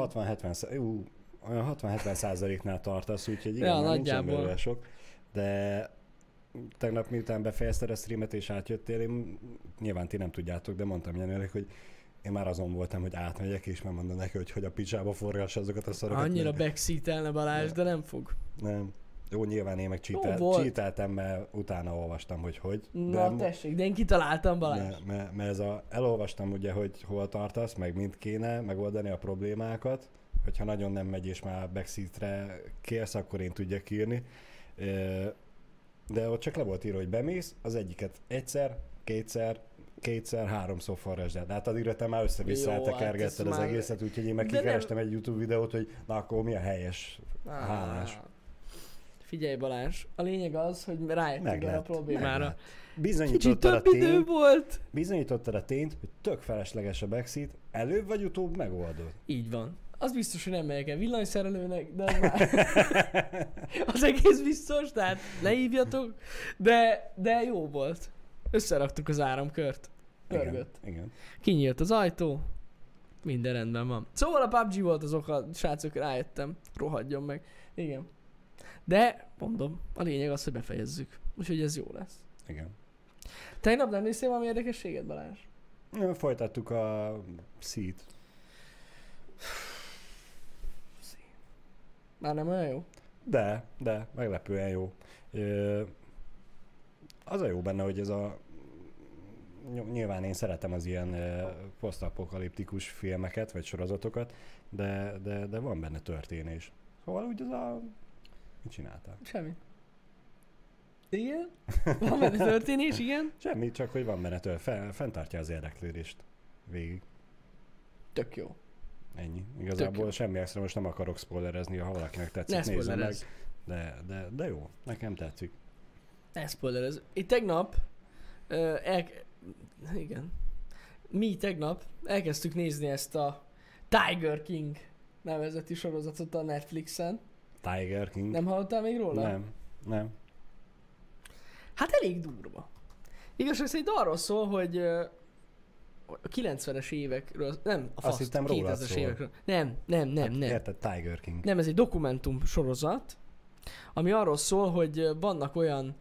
60-70%-nál tartasz, úgyhogy igen, ja, nincsen belőle sok. De tegnap miután befejezted a streamet és átjöttél, én nyilván ti nem tudjátok, de mondtam Jenőnek, hogy én már azon voltam, hogy átmegyek, és megmondom neki, hogy a picsába forgassa azokat a szarokat. Annyira backseatelne Balázs, de nem fog. Nem. Jó, nyilván én meg cheateltem, mert utána olvastam, hogy. Na tessék, de én kitaláltam, Balázs. Mert ez elolvastam ugye, hogy hol tartasz, meg mind kéne megoldani a problémákat, hogyha nagyon nem megy és már backseatre kérsz, akkor én tudjak írni. De ott csak le volt írva, hogy bemész, az egyiket egyszer, kétszer, 3-szor forrasd el. De hát addigra te már össze-vissza eltekergetted az egészet, úgyhogy én meg kikerestem egy YouTube videót, hogy na akkor mi a helyes hálás. Figyelj Balázs, a lényeg az, hogy rájöttünk erre a problémára. Kicsit több idő volt. Bizonyítottad a tényt, hogy tök felesleges a backseat, előbb vagy utóbb megoldod. Így van. Az biztos, hogy nem megyek el villanyszerelőnek, de az már az egész biztos, tehát ne hívjatok, de jó volt. Összeraktuk az áramkört. Pörgött. Igen. Kinyílt az ajtó, minden rendben van. Szóval a PUBG volt az oka, srácok, rájöttem, rohadjon meg. Igen. De, mondom, a lényeg az, hogy befejezzük. Úgyhogy ez jó lesz. Igen. Tegnap nem néztél valami érdekességet, Balázs? Folytattuk a Seed. Már nem olyan jó? De, meglepően jó. Az a jó benne, hogy ez a... Nyilván én szeretem az ilyen posztapokaliptikus filmeket, vagy sorozatokat, de van benne történés. Szóval úgy az a... Mit csináltál? Semmi. Igen? Van benne történés, igen? Semmi, csak hogy van benne fenntartja az érdeklődést végig. Tök jó. Ennyi. Igazából semmi extra, most nem akarok spoilerezni, ha valakinek tetszik, nézze meg. De jó, nekem tetszik. Ne spoilerez. Itt tegnap, igen. Mi tegnap elkezdtük nézni ezt a Tiger King nevezeti sorozatot a Netflixen. Tiger King? Nem hallottál még róla? Nem. Hát elég durva. Igazság szerint arról szól, hogy a 90-es évekről, nem, a Azt hittem 2000-es évekről. Nem. Hát érted, Tiger King. Nem, ez egy dokumentum sorozat, ami arról szól, hogy vannak olyan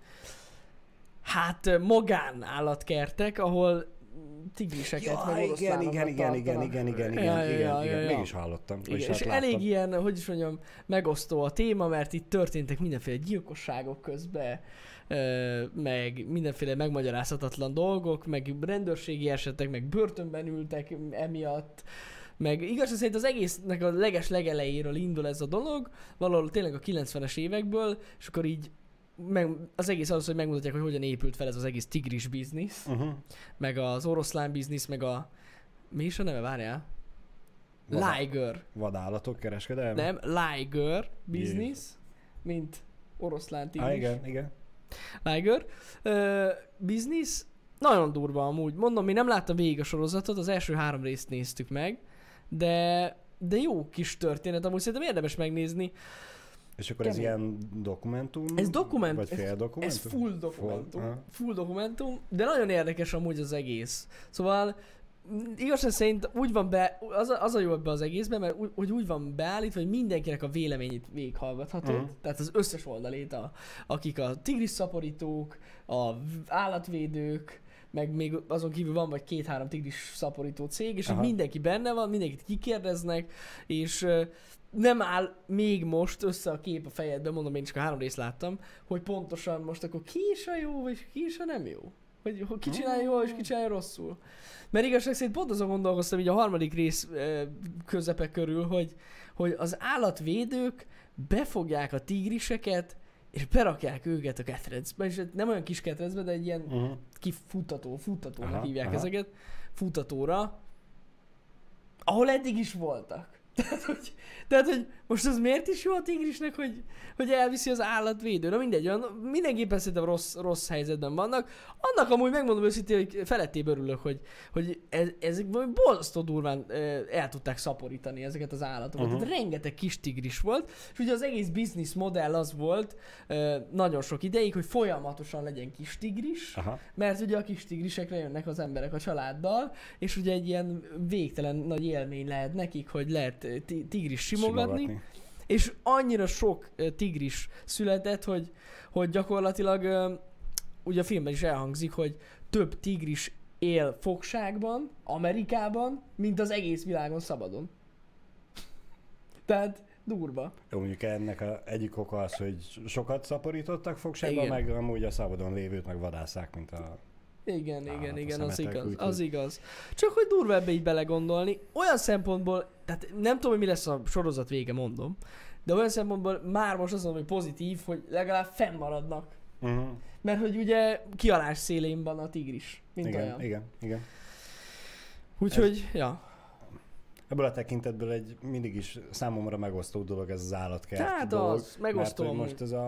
magánállatkertek, ahol tigriseket, meg oroszlánokat igen, mégis hallottam. Igen, és elég ilyen, hogy is mondjam, megosztó a téma, mert itt történtek mindenféle gyilkosságok közben, meg mindenféle megmagyarázhatatlan dolgok, meg rendőrségi esetek, meg börtönben ültek emiatt, meg igaz, szerint az egésznek a legelejéről indul ez a dolog, valahol tényleg a 90-es évekből, és akkor így az egész az, hogy megmutatják, hogy hogyan épült fel ez az egész tigris biznisz, meg az oroszlán biznisz, meg a... Mi is a neve? Várjál? Liger. Vadállatok kereskedelme? Nem, Liger biznisz, mint oroszlán tigris. Igen. Liger biznisz. Nagyon durva amúgy. Mondom, mi nem láttam végig a sorozatot, az első 3 részt néztük meg, de jó kis történet, amúgy szerintem érdemes megnézni. És akkor ez ilyen dokumentum? Ez dokumentum. Vagy fél dokumentum? Ez full dokumentum. Full dokumentum, de nagyon érdekes amúgy az egész. Szóval igazság szerint úgy van az a jó ebben az egészben, mert úgy van beállítva, hogy mindenkinek a véleményét végighallgathatod. Tehát az összes oldalét, akik a tigris szaporítók, a állatvédők, meg még azon kívül van vagy 2-3 tigris szaporító cég, és mindenki benne van, mindenkit kikérdeznek, és nem áll még most össze a kép a fejedben, mondom, én csak a 3 részt láttam, hogy pontosan most akkor ki is a jó, vagy ki is a nem jó. Hogy ki csinálja jól, és ki csinálja rosszul. Mert igazság szerint pont azon gondolkoztam így a 3. rész közepe körül, hogy az állatvédők befogják a tigriseket, és berakják őket a ketrecbe, és nem olyan kis ketrecbe, de egy ilyen futtatónak hívják ezeket, futtatóra, ahol eddig is voltak. Tehát, hogy Most az miért is jó a tigrisnek, hogy elviszi az állatvédő? Na mindegy, mindenképpen szerintem rossz helyzetben vannak. Annak amúgy megmondom őszintén, hogy felettébb örülök, hogy ezek borzasztó durván el tudták szaporítani ezeket az állatokat. Tehát rengeteg kis tigris volt, és ugye az egész business modell az volt nagyon sok ideig, hogy folyamatosan legyen kis tigris, mert ugye a kis tigrisekre jönnek az emberek a családdal, és ugye egy ilyen végtelen nagy élmény lehet nekik, hogy lehet tigris simogatni. És annyira sok tigris született, hogy gyakorlatilag ugye a filmben is elhangzik, hogy több tigris él fogságban, Amerikában, mint az egész világon szabadon. Tehát durva. Jó, mondjuk ennek egyik oka az, hogy sokat szaporítottak fogságban, meg amúgy a szabadon lévőt meg vadásszák, mint a... Igen, az igaz. Csak hogy durva ebbe így belegondolni. Olyan szempontból, tehát nem tudom, hogy mi lesz a sorozat vége, mondom, de olyan szempontból már most azt mondom, hogy pozitív, hogy legalább fennmaradnak. Mert hogy ugye kialás szélén van a tigris, mint olyan. Igen. Úgyhogy, Ebből a tekintetből egy mindig is számomra megosztó dolog ez az állatkert hát dolog. Az, megosztó. Mert most ez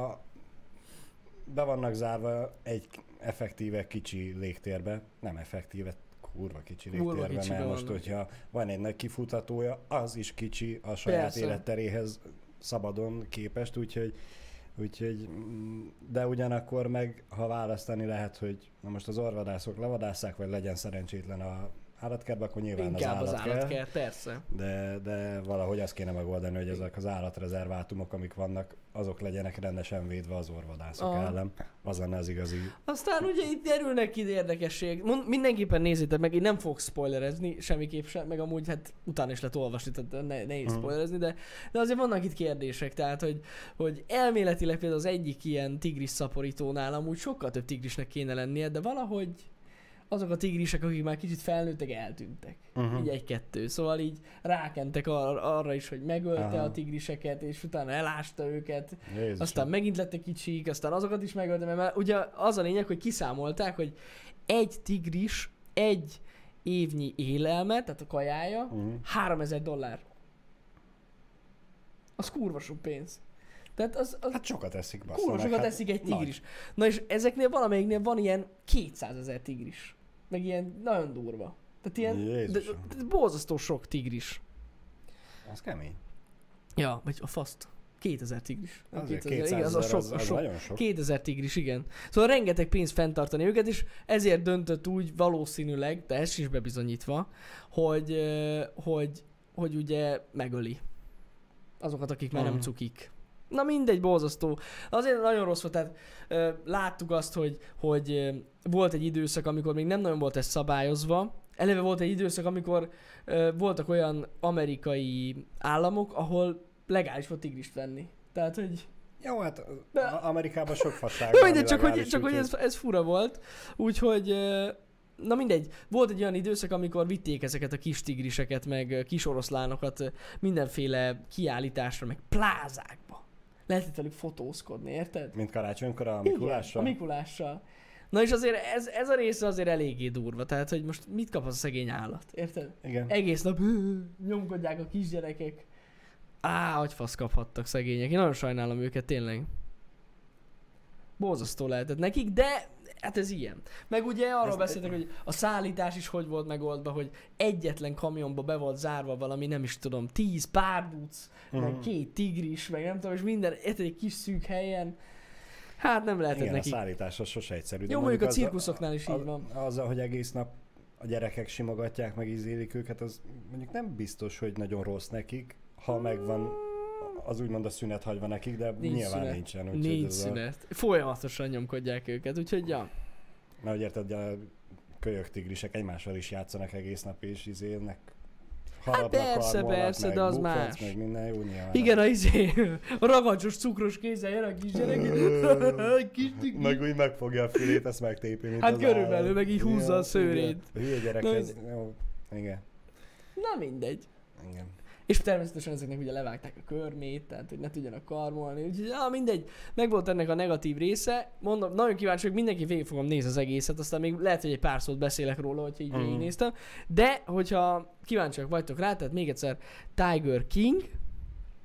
be vannak zárva egy effektíve kicsi légtérbe, nem effektíve, kurva kicsi légtérbe, mert most, hogyha van egy nagy kifutatója, az is kicsi a saját életteréhez szabadon képest, úgyhogy, de ugyanakkor meg, ha választani lehet, hogy na most az orvadászok levadásszák, vagy legyen szerencsétlen a állatkertben, akkor nyilván inkább az állatkert, persze. De valahogy azt kéne megoldani, hogy ezek az állatrezervátumok, amik vannak, azok legyenek rendesen védve az orvadászok ellen. Az lenne az igazi. Aztán ugye itt derülnek ki érdekesség. Mindenképpen nézzétek meg, én nem fogok spoilerezni semmiképp sem, meg amúgy hát utána is lehet olvasni, tehát nehéz spoilerezni, de azért vannak itt kérdések, tehát hogy elméletileg például az egyik ilyen tigris szaporítónál amúgy sokkal több tigrisnek kéne lennie, de valahogy azok a tigrisek, akik már kicsit felnőttek, eltűntek. Így egy-kettő. Szóval így rákentek arra is, hogy megölte a tigriseket, és utána elásta őket. Jézusom. Aztán megint lettek kicsik, aztán azokat is megölte, mert ugye az a lényeg, hogy kiszámolták, hogy egy tigris egy évnyi élelme, tehát a kajája, $3000. Az kurva sok pénz. Tehát az hát sokat eszik, bassza. Kurva sokat eszik egy tigris. Nagy. Na és ezeknél valamelyiknél van ilyen 200 000 tigris. Meg ilyen nagyon durva. Tehát ilyen borzasztó sok tigris. Az kemény. Ja, vagy a faszt. 2000 tigris. 200 igen, az sok. nagyon sok. 2000 tigris, igen. Szóval rengeteg pénz fenntartani őket, és ezért döntött úgy valószínűleg, de ez is bebizonyítva, hogy ugye megöli azokat, akik már nem cukik. Na mindegy, borzasztó. Azért nagyon rossz volt, tehát láttuk azt, hogy volt egy időszak, amikor még nem nagyon volt ez szabályozva. Eleve volt egy időszak, amikor voltak olyan amerikai államok, ahol legális volt tigrist venni. Tehát, hogy... Jó, hát Amerikában sok fasság van. Mindegy, csak hogy ez fura volt. Úgyhogy... Na mindegy, volt egy olyan időszak, amikor vitték ezeket a kis tigriseket, meg kis oroszlánokat mindenféle kiállításra, meg plázákba. Lehetett velük fotózkodni, érted? Mint karácsonykor a Mikulással? Igen, a Mikulással. Na és azért ez a része azért eléggé durva, tehát hogy most mit kap az a szegény állat, érted? Igen. Egész nap nyomkodják a kisgyerekek. Hogy fasz kaphattak szegények. Én nagyon sajnálom őket, tényleg. Borzasztó lehetett nekik, de hát ez ilyen. Meg ugye arról beszéltek, hogy a szállítás is hogy volt megoldva, hogy egyetlen kamionba be volt zárva valami, nem is tudom, 10 párduc, meg 2 tigris, meg nem tudom, és minden egy kis szűk helyen. Hát nem lehetett igen, nekik. A szállítás az sose egyszerű. Jó, mondjuk a cirkuszoknál is így van. Azzal, hogy egész nap a gyerekek simogatják, meg ízélik őket, az mondjuk nem biztos, hogy nagyon rossz nekik, ha megvan az úgymond a szünet hagyva nekik, de nyilván szünet. Nincsen. Nincs szünet. Folyamatosan nyomkodják őket, úgyhogy ja. Mert hogy érted, a kölyök tigrisek egymással is játszanak egész nap, és izélnek. Hát persze, de az más. Meg minden jó nyilván. Igen, a ragancsos, cukros kézzel jön a kis gyerek. Kis tigris. Meg úgy megfogja a fülét, ezt megtépi, mint hát az körülbelül, állat. meg így húzza a szőrét. A hülye gyerekhez, jó, igen. Na mindegy. Igen. És természetesen ezeknek ugye levágták a körmét, tehát hogy ne tudjanak karmolni, úgyhogy mindegy, meg volt ennek a negatív része. Mondom, nagyon kíváncsi, hogy mindenki végig fogom nézni az egészet, aztán még lehet, hogy egy pár szót beszélek róla, hogyha így végignéztem. De, hogyha kíváncsiak vagytok rá, tehát még egyszer Tiger King,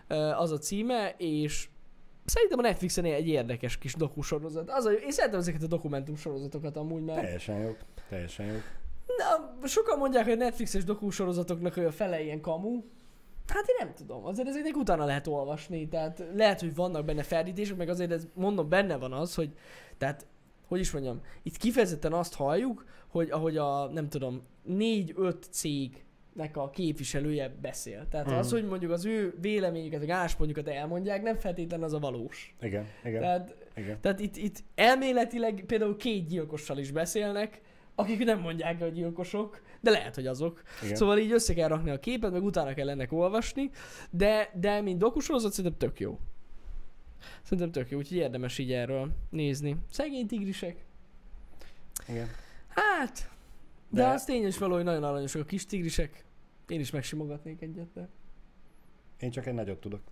az a címe, és szerintem a Netflixen egy érdekes kis dokusorozat. Én szeretem ezeket a dokumentum sorozatokat amúgy, mert... Teljesen jók. Na, sokan mondják, hogy a Netflixes dokusorozatoknak a fele ilyen kamu. Hát én nem tudom, azért ezeknek utána lehet olvasni, tehát lehet, hogy vannak benne ferdítések, meg azért ez, mondom, benne van az, hogy, tehát, hogy is mondjam, itt kifejezetten azt halljuk, hogy ahogy a, nem tudom, 4-5 cégnek a képviselője beszél. Tehát az, hogy mondjuk az ő véleményüket, vagy álláspontjukat elmondják, nem feltétlenül az a valós. Igen. Tehát itt elméletileg például 2 gyilkossal is beszélnek, akik nem mondják, hogy gyilkosok, de lehet, hogy azok. Igen. Szóval így össze kell rakni a képet, meg utána kell ennek olvasni, de mint dokusorozat szerintem tök jó. Úgyhogy érdemes így erről nézni. Szegény tigrisek. Igen. Hát, de az tény is való, hogy nagyon aranyosak a kis tigrisek. Én is megsimogatnék egyet, de... Én csak egy nagyot tudok.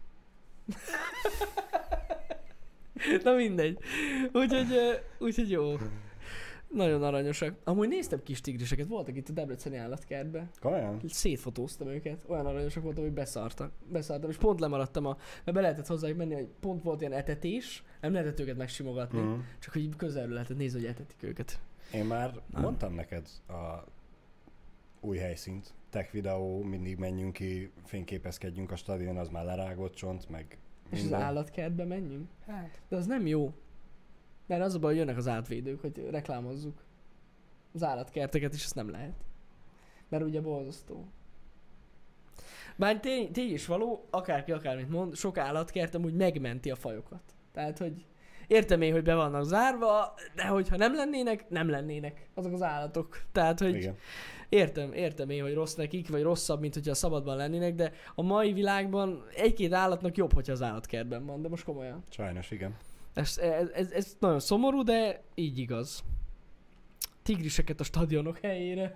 Na mindegy. Úgyhogy jó. Nagyon aranyosak. Amúgy néztem kis tigriseket, voltak itt a debreceni állatkertben. Komolyan? Szétfotóztam őket. Olyan aranyosak voltak, hogy beszartam, és pont lemaradtam, mert be lehetett hozzájuk menni, hogy pont volt ilyen etetés, nem lehetett őket megsimogatni, csak hogy közelről lehetett nézni, hogy etetik őket. Én már mondtam neked a új helyszínt. Tech videó, mindig menjünk ki, fényképezkedjünk a stadion, az már lerágott csont, meg minden. És az állatkertbe menjünk? Hát. De az nem jó. Mert az a baj, hogy jönnek az átvédők, hogy reklámozzuk az állatkerteket, és ezt nem lehet. Mert ugye borzasztó. Bár tény is való, akárki akármit mond, sok állatkert amúgy megmenti a fajokat. Tehát, hogy értem én, hogy be vannak zárva, de hogyha nem lennének azok az állatok. Tehát, hogy igen. Értem én, hogy rossz nekik, vagy rosszabb, mint hogyha szabadban lennének, de a mai világban 1-2 állatnak jobb, hogyha az állatkertben van, de most komolyan. Sajnos, igen. Ez nagyon szomorú, de így igaz. Tigriseket a stadionok helyére.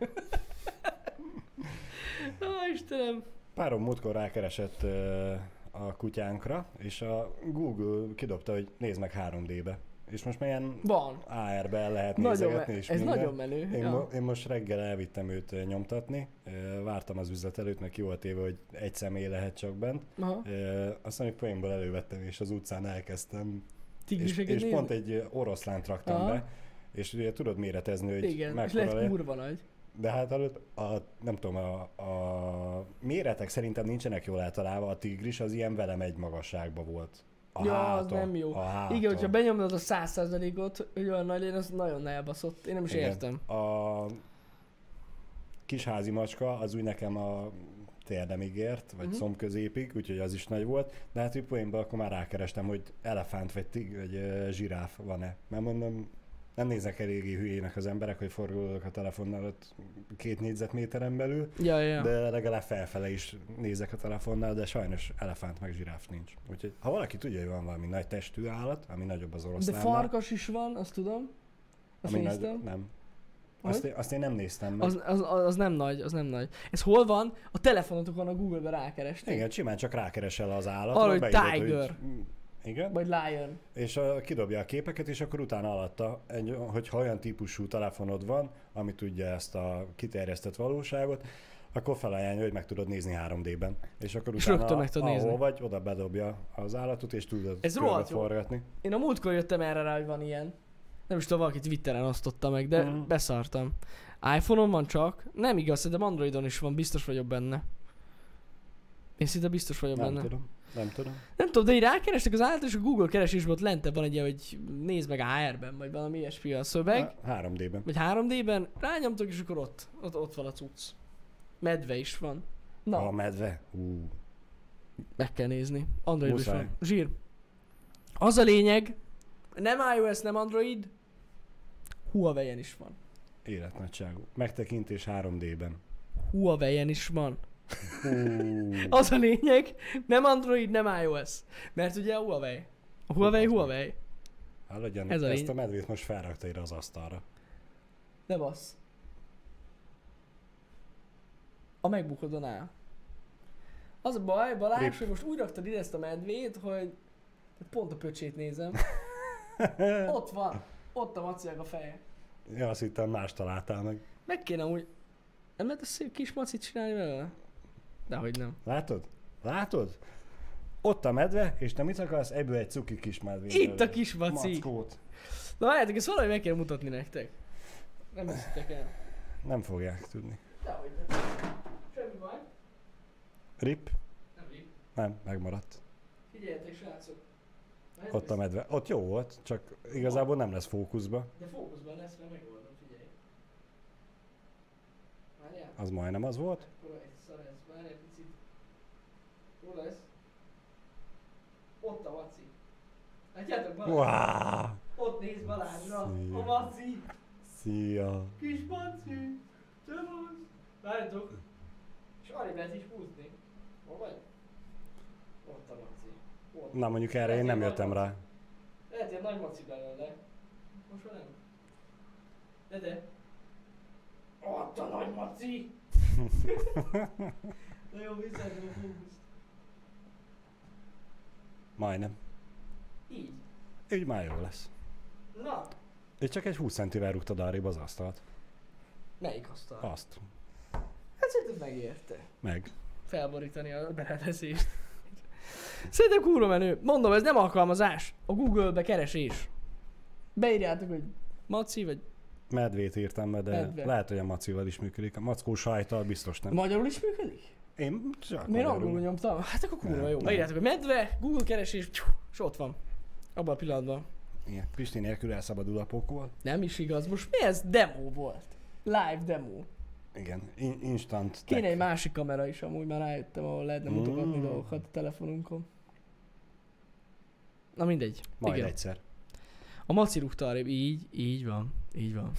Istenem. Párom múltkor rákeresett a kutyánkra, és a Google kidobta, hogy nézd meg 3D-be. És most már ilyen AR-be lehet nézegetni. És ez minden. Nagyon menő. Én most reggel elvittem őt nyomtatni, vártam az üzlet előtt, meg ki volt téve, hogy egy személy lehet csak bent. Aztán egy poénból elővettem, és az utcán elkezdtem. És pont egy oroszlánt raktam be, és ugye tudod méretezni, hogy igen, mekkora és lehet kurva nagy. De hát nem tudom, a méretek szerintem nincsenek jól eltalálva, a tigris az ilyen velem egy magasságban volt. Az nem jó. Igen, hogyha benyomod a 100%-ot, hogy olyan nagy legyen, az nagyon elbaszott. Én nem is értem. A kisházi macska az úgy nekem a térdemig ért, vagy szomközépig, úgyhogy az is nagy volt. De hát úgy poénban akkor már rákerestem, hogy elefánt vagy zsiráf van-e. Mert mondom, nem néznek eléggé hülyének az emberek, hogy forgolódok a telefonnal ott 2 négyzetméteren belül, de legalább felfele is nézek a telefonnal, de sajnos elefánt meg zsiráf nincs. Úgyhogy ha valaki tudja, hogy van valami nagy testű állat, ami nagyobb az oroszlánnál. De farkas is van, azt tudom. Azt néztem. Nem. Azt én nem néztem meg. Az nem nagy. Ez hol van? A telefonotokon a Google-be rákerestél. Igen, simán csak rákeresel az állatra. Arra, hogy Tiger. Igen. Vagy Lion. És kidobja a képeket, és akkor utána alatta, hogyha olyan típusú telefonod van, ami tudja ezt a kiterjesztett valóságot, akkor felajánlja, hogy meg tudod nézni 3D-ben. És akkor utána, ahol vagy, oda bedobja az állatot, és tudod körbe forgatni. Én a múltkor jöttem erre rá, hogy van ilyen. Nem is tudom, valaki Twitteren osztotta meg, de beszartam. iPhone-on van csak. Nem igaz, de Androidon is van, biztos vagyok benne. Én szinte biztos vagyok benne. Nem tudom, de így rákerestek az állat, és a Google keresésben ott lentebb van egy ilyen, hogy nézd meg AR-ben, vagy valami ilyesmi a szöveg. 3D-ben. Vagy 3D-ben. Rányomtok, és akkor ott van a cucc. Medve is van. Na. A medve? Meg kell nézni. Android is van. Zsír. Az a lényeg, nem iOS, nem Android, Huawei-en is van. Életnagyságú. Megtekintés 3D-ben. Huawei-en is van. Az a lényeg, nem Android, nem iOS. Mert ugye a Huawei. A Huawei. Haladjan, ezt a medvét most felrakta ide az asztalra. Ne bassz. A MacBookodon áll. Az a baj, Balázs, hogy most úgy raktad ide ezt a medvét, hogy pont a pöcsét nézem. Ott van. Ott a maciak a feje. Ja, azt hittem más találtál meg. Meg kéne úgy... Nem lehet ezt szép kis macit csinálni vele? Dehogy nem. Látod? Ott a medve, és te mit akarsz? Ebből egy cuki kis medvét. Itt a kis maci. Mackót. Na várjátok, ezt valahogy meg kell mutatni nektek. Nem hiszitek el. Nem fogják tudni. Dehogy nem. Semmi baj. Rip? Nem lép. Nem, megmaradt. Figyeljetek, srácok. Ott a medve. Ott jó volt, csak igazából nem lesz fókuszba. De fókuszban lesz, mert megoldom, figyelj. Várjál. Az majdnem az volt. Akkor egy szar ez, várj egy picit. Jó lesz. Ott a maci. Látjátok Balázs? Wow. Ott néz Balázsra. Szia. A maci. Szia. Kis maci. Te vagy. Várjátok. És arrébb lehet is húzni. Hol vagy? Ott a maci. Ott. Na mondjuk erre én nem jöttem rá. Lehet ilyen nagy maci belőle. Most már nem. De. Ott a nagy maci! Na jó, visszaadom a fókuszt. Majdnem. Így. Így már jó lesz. Na, És csak egy 20 centivel rúgtad arrébb az asztalt. melyik asztal? Azt. Hát szerintem megérte. Meg. Felborítani a berendezést. Szerintem kurva menő. Mondom, ez nem alkalmazás. A Google-be keresés. Beírjátok, hogy maci vagy Medvét írtam be, de Medve. lehet, hogy a macival is működik. A mackó sajttal biztos nem. magyarul is működik? Én csak Miért magyarul. angolul nyomtam? Hát akkor kurva Nem, jó. nem. Beírjátok, hogy medve, Google keresés, és ott van. Abban a pillanatban. Igen. Pisti nélkül elszabadul a pokol. Nem is igaz. Most mi ez? Demo volt. Live demo. Igen. Instant Kéne tech. egy másik kamera is, amúgy már rájöttem, ahol lehetne mutogatni dolgokat a telefonunkon. Na mindegy. Majd Igen. egyszer. A maci rúgta arrébb. Így van. Így van.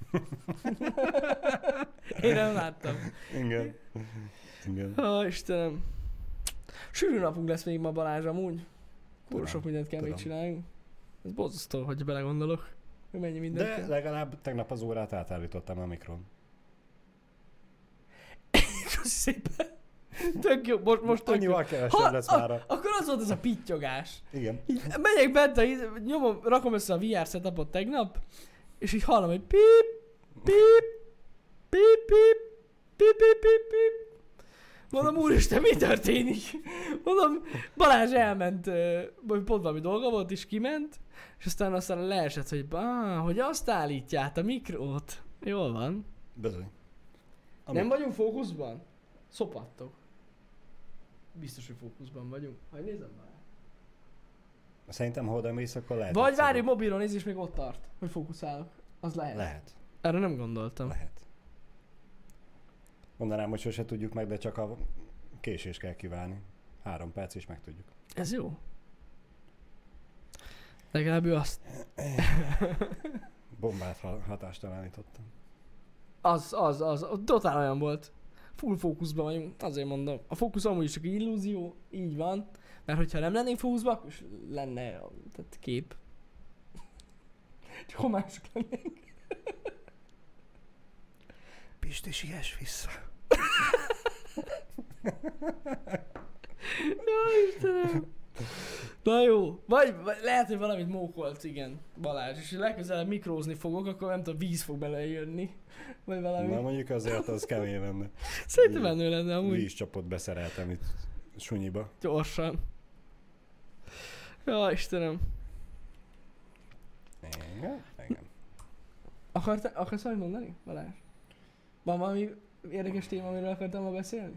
Én nem láttam. Igen. Igen. Istenem. Sűrű napunk lesz még ma Balázs amúgy. Kurva sok mindent kell még tudom. csináljunk. Ez borzasztó, hogyha belegondolok. Hogy mennyi mindent De kell. legalább tegnap az órát átállítottam a mikron. Köszi szépen. Tök jó, most tök jó. Annyival kevesebb lesz már. Akkor az volt ez a pittyogás. Igen. Így megyek bent, nyomom, rakom össze a VR setupot tegnap, és így hallom, hogy pip, pip, pip, pip, pip, pip, pip, pip. Mondom, úristen, mi történik? Mondom, Balázs elment, vagy pont valami dolga volt, és kiment, és aztán leesett, hogy azt állítját, a mikrót. Jól van. Bizony. Nem vagyunk fókuszban? Szopattok. Biztos, hogy fókuszban vagyunk. Majd nézem már. Szerintem, ha oda mész, akkor lehet. Vagy egyszerű. várj, mobilon nézd, és még ott tart, hogy fókuszálok. Az lehet. Lehet. Erre nem gondoltam. Lehet. Mondanám, hogy sose tudjuk meg, de csak a késés kell kiválni. 3 perc és meg tudjuk. Ez jó. Legalább ő azt... Bombát hatástalanítottam. Az. Totál olyan volt. Full fókuszban vagyunk, azért mondom. A fókusz amúgy is csak egy illúzió, így van. Mert hogyha nem lennénk fókuszban, akkor is lenne tehát kép. Csak ha mások lennénk. Pisti, siess vissza. Jaj, Istenem. Na jó, vagy lehet, hogy valamit mókolt, igen, Balázs, és legközelebb mikrózni fogok, akkor nem tudom, víz fog belejönni, vagy valami. Na mondjuk azért az kemény lenne. Szerintem menő lenne amúgy. Vízcsapot beszereltem itt sunyiba. Gyorsan. Ja, Istenem. Igen. Akarsz valamit mondani, Balázs? Van valami érdekes téma, amiről akartam ma beszélni?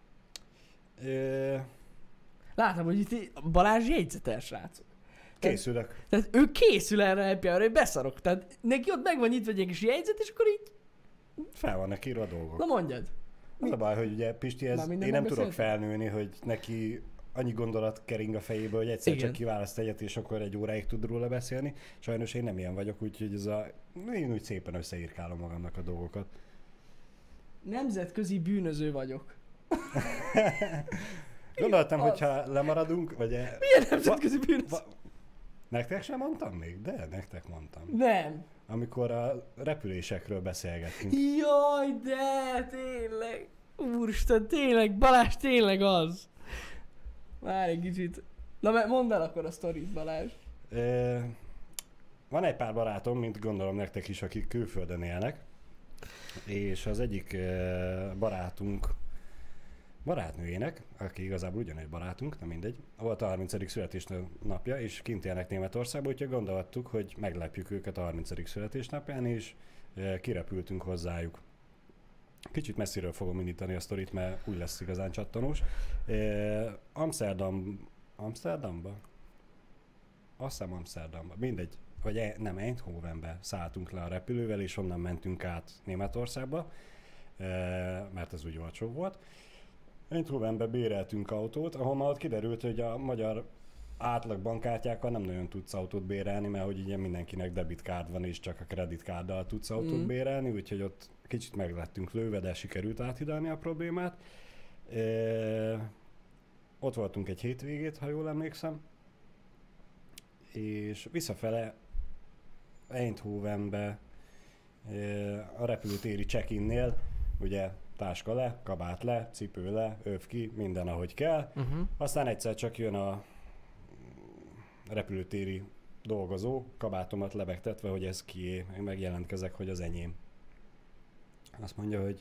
Látom, hogy itt Balázs jegyzetel, srácok. Készülök. Tehát ő készül erre a happy hour-ra, hogy beszarok. Tehát neki ott meg van nyitva egy ilyen kis jegyzet, és akkor így... Fel vannak írva a dolgok. Na mondjad. Az a baj, hogy ugye Pisti, Már minden én nem tudok megbeszélted? felnőni, hogy neki annyi gondolat kering a fejébe, hogy egyszer Igen. csak kiválaszt egyet, és akkor egy óráig tud róla beszélni. Sajnos én nem ilyen vagyok, úgyhogy én úgy szépen összeírkálom magamnak a dolgokat. Nemzetközi bűnöző vagyok. Gondoltam, Az. hogyha lemaradunk, vagy... Milyen nemzetközi bűnöző? Nektek sem mondtam még? De, nektek mondtam. Nem. Amikor a repülésekről beszélgettünk. Jaj, de tényleg. Úristen, tényleg, Balázs tényleg az. Várj egy kicsit. Na mondd el akkor a sztorit, Balázs. Van egy pár barátom, mint gondolom nektek is, akik külföldön élnek. És az egyik barátunk barátnőjének, aki igazából ugyanegy barátunk, nem mindegy, volt a 30. születésnapja, és kint élnek Németországban, úgyhogy gondoltuk, hogy meglepjük őket a 30. születésnapján, és kirepültünk hozzájuk. Kicsit messziről fogom indítani a sztorit, mert úgy lesz igazán csattanós. Amsterdamba? Azt hiszem Amsterdamba, mindegy, vagy nem, Eindhovenbe szálltunk le a repülővel, és onnan mentünk át Németországba, mert ez úgy olcsó volt. Eindhovenbe béreltünk autót, ahol már ott kiderült, hogy a magyar átlag bankkártyákkal nem nagyon tudsz autót bérelni, mert hogy ugye mindenkinek debitkárd van, és csak a kreditkárddal tudsz autót bérelni, úgyhogy ott kicsit meg lettünk lőve, de sikerült áthidalni a problémát. Ott voltunk egy hétvégét, ha jól emlékszem, és visszafele Eindhovenbe a repülőtéri check-innél ugye táska le, kabát le, cipő le, öv ki, minden ahogy kell. Aztán egyszer csak jön a repülőtéri dolgozó, kabátomat lebegtetve, hogy ez kié, én megjelentkezek, hogy az enyém. Azt mondja, hogy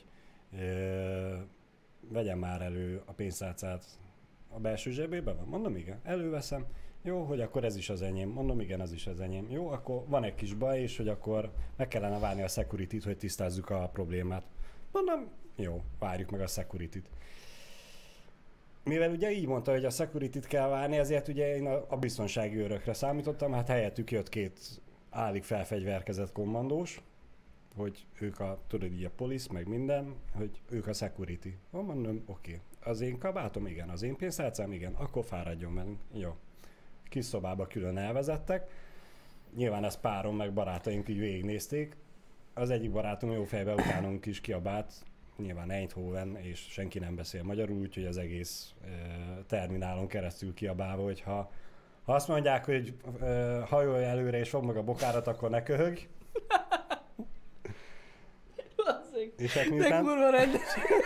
vegyem már elő a pénztárcát a belső zsebében van. Mondom, igen, előveszem. Jó, hogy akkor ez is az enyém. Mondom, igen, az is az enyém. Jó, akkor van egy kis baj, és hogy akkor meg kellene várni a security-t, hogy tisztázzuk a problémát. Mondom, jó, várjuk meg a security-t. Mivel ugye így mondta, hogy a security-t kell várni, ezért ugye én a biztonsági őrökre számítottam, hát helyettük jött két állig felfegyverkezett kommandós, hogy ők tudod így a police, meg minden, hogy ők a security. Mondom, oké. Az én kabátom, igen. Az én pénztárcám, igen. Akkor fáradjon velünk. Jó. Kis szobába külön elvezettek. Nyilván ezt párom meg barátaink így végignézték. Az egyik barátom jó fejbe utánunk is kiabált, nyilván Eindhoven, és senki nem beszél magyarul, úgyhogy az egész terminálon keresztül kiabálva, hogy ha azt mondják, hogy hajolj előre és fogd meg a bokárat, akkor ne köhögj. És hát miután... De kurva rendes.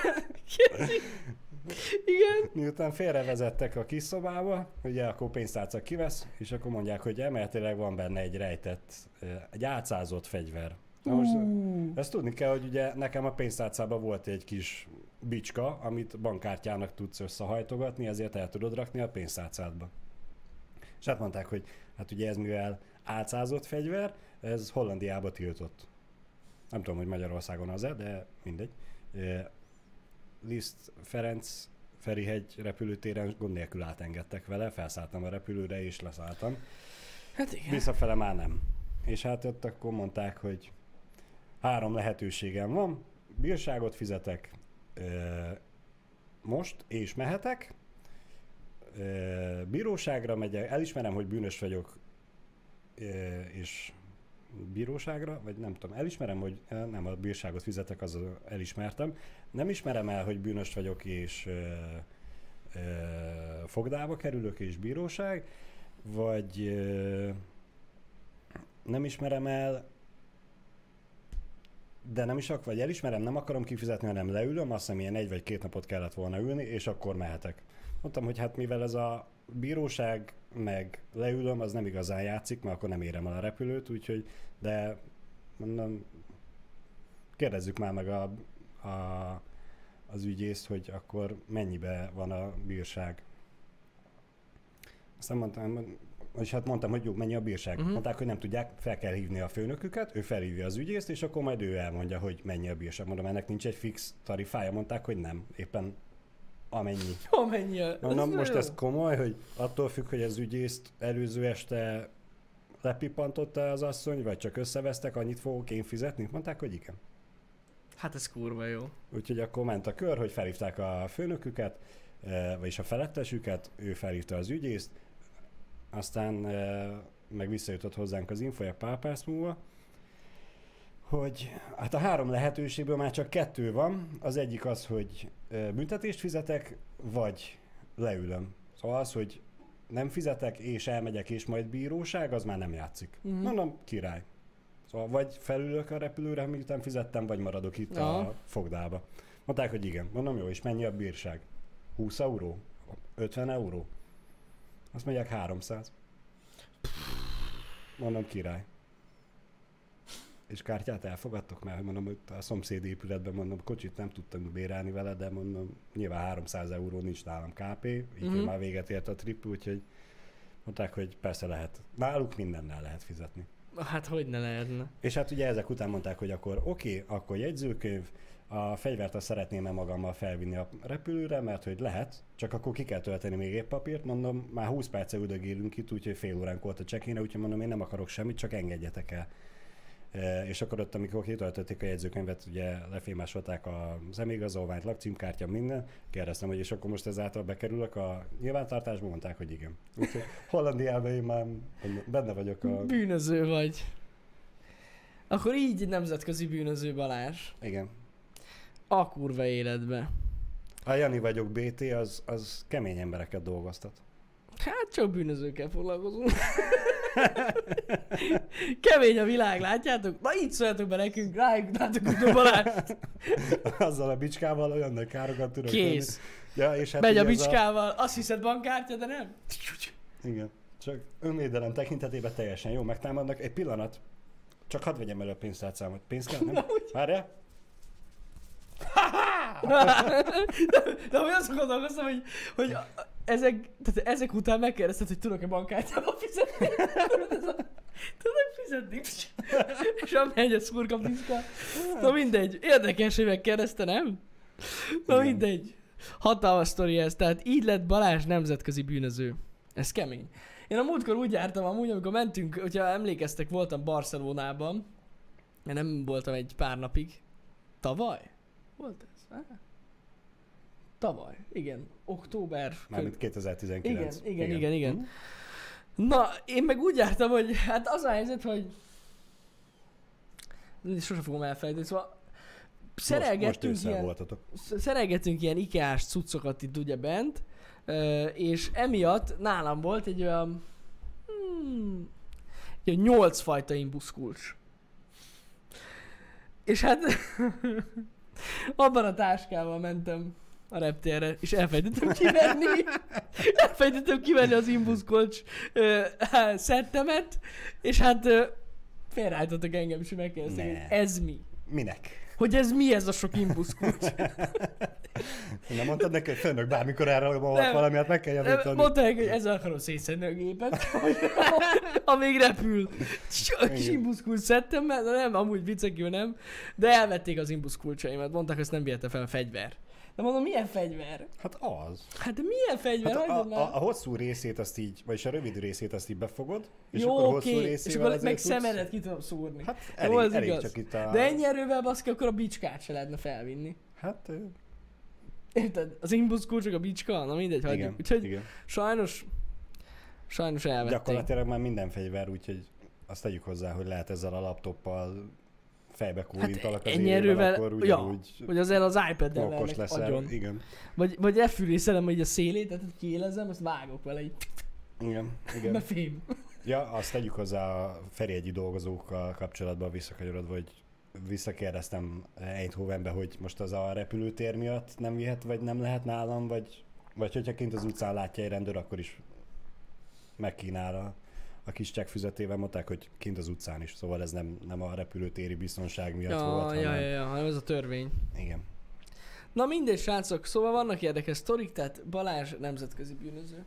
Igen. Miután félrevezettek a kis szobába, ugye akkor pénztárca kivesz, és akkor mondják, hogy emeletileg van benne egy rejtett, egy átszázott fegyver. Na most ezt tudni kell, hogy ugye nekem a pénztárcában volt egy kis bicska, amit bankkártyának tudsz összehajtogatni, ezért el tudod rakni a pénztárcádba. És hát mondták, hogy hát ugye ez mivel átszázott fegyver, ez Hollandiába tiltott. Nem tudom, hogy Magyarországon az-e, de mindegy. Liszt Ferenc Ferihegy repülőtéren gond nélkül átengedtek vele, felszálltam a repülőre és leszálltam. Hát igen. Visszafele már nem. És hát ott akkor mondták, hogy 3 lehetőségem van, bírságot fizetek most, és mehetek, bíróságra megyek, elismerem, hogy bűnös vagyok, és bíróságra, vagy nem tudom, elismerem, hogy nem, a bírságot fizetek, az elismertem, nem ismerem el, hogy bűnös vagyok, és fogdába kerülök, és bíróság, vagy nem ismerem el, de nem is vagy elismerem, nem akarom kifizetni, hanem leülöm, azt hiszem ilyen 1 vagy 2 napot kellett volna ülni, és akkor mehetek. Mondtam, hogy hát mivel ez a bíróság meg leülöm, az nem igazán játszik, mert akkor nem érem el a repülőt, úgyhogy, de mondom, kérdezzük már meg az ügyészt, hogy akkor mennyibe van a bírság. Aztán mondtam, hogy jó, mennyi a bírság. Mondták, hogy nem tudják, fel kell hívni a főnöküket, ő felhívja az ügyészt, és akkor majd ő elmondja, hogy mennyi a bírság. Mondom, ennek nincs egy fix tarifája, mondták, hogy nem, éppen amennyi. Mondom, most ez komoly, hogy attól függ, hogy az ügyészt előző este lepippantotta az asszony, vagy csak összevesztek, annyit fogok én fizetni? Mondták, hogy igen. Hát ez kurva jó. Úgyhogy akkor ment a kör, hogy felhívták a főnöküket, vagyis a felettesüket, ő felhívta az ügyészt, aztán meg visszajutott hozzánk az infója pár perc múlva, hogy hát a 3 lehetőségből már csak 2 van. Az egyik az, hogy büntetést fizetek, vagy leülöm. Szóval az, hogy nem fizetek, és elmegyek, és majd bíróság, az már nem játszik. Mondom, király. Szóval vagy felülök a repülőre, miután fizettem, vagy maradok itt a fogdába. Mondták, hogy igen. Mondom, jó, és mennyi a bírság? 20 euró? 50 euró? Azt mondják 300. Mondom, király. és kártyát elfogadtok? Mert mondom, hogy a szomszéd épületben mondom, kocsit nem tudtam bérelni vele, de mondom, nyilván 300 euró nincs nálam KP, így már véget ért a trip, úgyhogy mondták, hogy persze lehet. Náluk mindennel lehet fizetni. Hát hogy ne lehetne. És hát ugye ezek után mondták, hogy akkor oké, akkor jegyzőkönyv, a fegyvert azt szeretném-e magammal felvinni a repülőre, mert hogy lehet, csak akkor ki kell tölteni még épp papírt, mondom, már 20 perce üldögélünk itt, úgyhogy fél óránk volt a check-inre, úgyhogy mondom, én nem akarok semmit, csak engedjetek el. És akkor ott, amikor kitöltötték a jegyzőkönyvet, ugye lefémásolták a személyigazolványt, lakcímkártya, minden, kérdeztem, hogy és akkor most ezáltal bekerülök a nyilvántartásba, mondták, hogy igen. Úgyhogy Hollandiában én már benne vagyok a... Bűnöző vagy. Akkor így nemzetközi bűnöző, Balázs. Igen. A kurva életbe. A Jani vagyok BT, az kemény embereket dolgoztat. Hát csak bűnözőkkel foglalkozunk. Kemény a világ, látjátok? Na így szóljatok be nekünk, rájuk a Balást. Azzal a bicskával olyan nagy károkat tudok Kész. tenni. Ja, és hát megy a bicskával, azt hiszed bankkártya, de nem? Igen. Csak önvédelem tekintetében teljesen jó, megtámadnak. Egy pillanat. Csak hadd vegyem elő a pénztárcámat. Pénz kell, nem? Várjál? De hogy azt gondolkoztam, hogy ezek után megkérdezted, hogy tudok-e bankkártyával fizetni? Tudok fizetni? És megy a szurka piszka. Na mindegy, érdekes, hogy megkérdezte, nem? Na mindegy. Hatalmas sztori ez, tehát így lett Balázs nemzetközi bűnöző. Ez kemény. Én a múltkor úgy jártam amúgy, amikor mentünk, hogyha emlékeztek, voltam Barcelonában. Én nem voltam egy pár napig. Tavaly? Volt ez? Tavaly, igen. Október. Mármint 2019. Igen. Na, én meg úgy jártam, hogy hát az a helyzet, hogy sose fogom elfelejteni, szóval szerelgettünk ilyen IKEA-s cuccokat itt ugye bent, és emiatt nálam volt egy olyan 8 fajta imbuszkulcs. És hát abban a táskával mentem a reptérre, és elfelejtettem kivenni az imbuszkolcs szettemet, és hát félreállítottak engem, és megkérdezték, hogy ez mi? Minek? Hogy ez mi ez a sok imbuszkulcs? Nem mondtad neki, hogy főnök bármikor erre valami, hát meg kell javítani. Mondta neki, hogy ezzel akarom szétszedni a gépet, ha még repül. A kis imbuszkulcs szettemmel, de nem, amúgy viccekül nem, de elvették az imbuszkulcsaimat, mondták, hogy ezt nem vihet fel fegyver. De mondom, milyen fegyver? Hát az. Hát de milyen fegyver? Hát a hosszú részét azt így, vagyis a rövid részét azt így befogod, és jó, akkor hosszú részével és akkor meg szemedet ki tudom szúrni. Hát elég csak itt a... De ennyi erővel baszki, akkor a bicskát se lehetne felvinni. Hát... Érted? Az imbuszkulcsok, a bicska, na mindegy, hagyjuk. Úgyhogy igen. Sajnos elvették. Gyakorlatilag már minden fegyver, úgyhogy azt tegyük hozzá, hogy lehet ezzel a laptoppal fejbe kólintalak az érével, akkor ugyanúgy hogy azért az iPad-del okos leszel, agyon. Igen. Vagy elfűrészelem így a szélét, tehát kiélezem, azt vágok vele így. Igen. Mert fém. Ja, azt tegyük hozzá a Ferihegyi dolgozókkal kapcsolatban visszakanyarodva, hogy visszakérdeztem Eindhovenbe, hogy most az a repülőtér miatt nem vihet, vagy nem lehet nálam, vagy hogyha kint az utcán látja egy rendőr, akkor is megkínál a kis csekkfüzetével, mondták, hogy kint az utcán is, szóval ez nem a repülőtéri biztonság miatt volt, hanem ez a törvény. Igen. Na mindegy, srácok, szóval vannak érdekes sztorik, tehát Balázs nemzetközi bűnöző.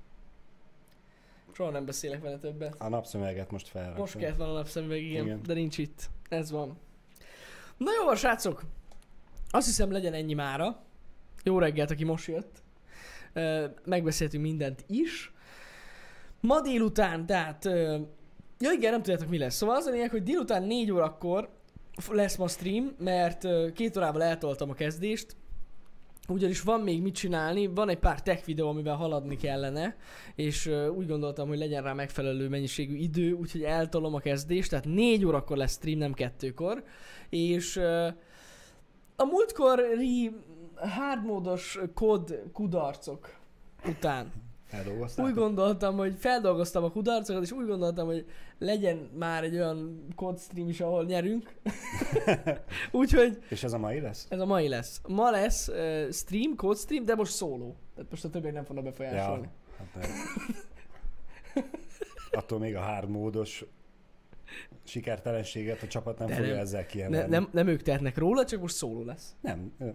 Soha nem beszélek vele többet. A napszöveget most felraktam. Most kellett van a napszemüveg, igen, de nincs itt. Ez van. Na jó van, srácok! Azt hiszem, legyen ennyi mára. Jó reggelt, aki most jött. Megbeszéltünk mindent is. Ma délután, tehát... Ja igen, nem tudjátok mi lesz. Szóval az a lényeg, hogy délután 4 órakor lesz ma stream, mert 2 órával eltoltam a kezdést. Ugyanis van még mit csinálni, van egy pár tech videó, amivel haladni kellene, és úgy gondoltam, hogy legyen rá megfelelő mennyiségű idő, úgyhogy eltolom a kezdést, tehát 4 órakor lesz stream, nem 2-kor, és a múltkori hardmódos kód kudarcok után úgy gondoltam, hogy feldolgoztam a kudarcokat, és úgy gondoltam, hogy legyen már egy olyan kód stream is, ahol nyerünk. Úgyhogy... És ez a mai lesz? Ez a mai lesz. Ma lesz stream, kód stream, de most szóló. Tehát most a többiek nem fognak befolyásolni. Ja, hát attól még a hard módos sikertelenséget a csapat nem fogja ezzel kiemelni. Nem ők tehetnek róla, csak most szóló lesz. Nem, jó.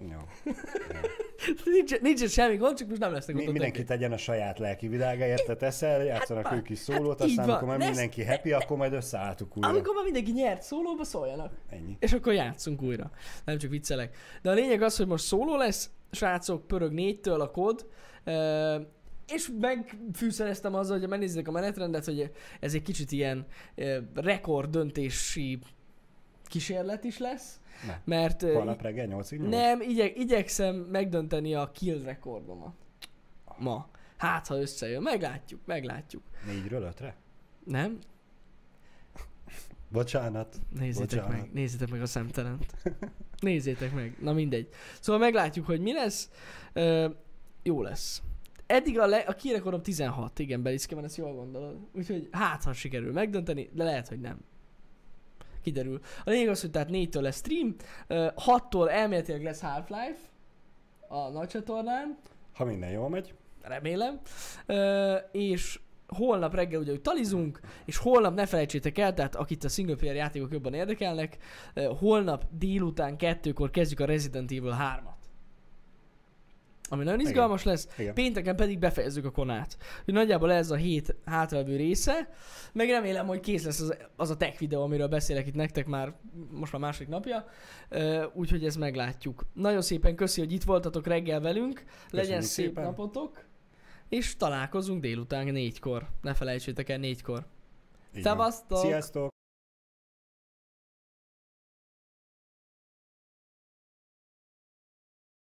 Nincs semmi gond, csak most nem lesznek ott. Mindenki tegyen a saját lelki világáért, te teszel, játszanak ők is szólót, aztán amikor már mindenki happy, akkor majd összeálltuk újra. Amikor már mindenki nyert szólóba, szóljanak. Ennyi. És akkor játszunk újra. Nem csak viccelek. De a lényeg az, hogy most szóló lesz, srácok, pörög 4-től a kód, és megfűszereztem azzal, hogy megnézzék a menetrendet, hogy ez egy kicsit ilyen rekord döntési kísérlet is lesz. Ne. Mert holnap reggel 8-8? Nem, igyekszem megdönteni a kill rekordomat. Ma. Hát, ha összejön. Meglátjuk. 4-ről 5-re? Nem? Bocsánat. Nézzétek meg a szemtelent. Nézzétek meg. Na mindegy. Szóval meglátjuk, hogy mi lesz. Jó lesz. Eddig a kill rekordom 16. Igen, Beliszke, mert ezt jól gondolod. Úgyhogy hát, ha sikerül megdönteni, de lehet, hogy nem. Kiderül. A lényeg az, hogy tehát 4-től lesz stream, 6-tól elméletileg lesz Half-Life a nagy csatornán. Ha minden jól megy. Remélem. És holnap reggel ugye, hogy talizunk, és holnap ne felejtsétek el, tehát akit a single player játékok jobban érdekelnek, holnap délután 2-kor kezdjük a Resident Evil 3-at. Ami nagyon izgalmas lesz, igen. Pénteken pedig befejezzük a Konát. Úgy nagyjából ez a hét hátralévő része, meg remélem, hogy kész lesz az a tech videó, amiről beszélek itt nektek már, most már második napja, úgyhogy ezt meglátjuk. Nagyon szépen köszi, hogy itt voltatok reggel velünk, legyen szép napotok, és találkozunk délután 4-kor. Ne felejtsétek el 4-kor. Szevasztok! Sziasztok!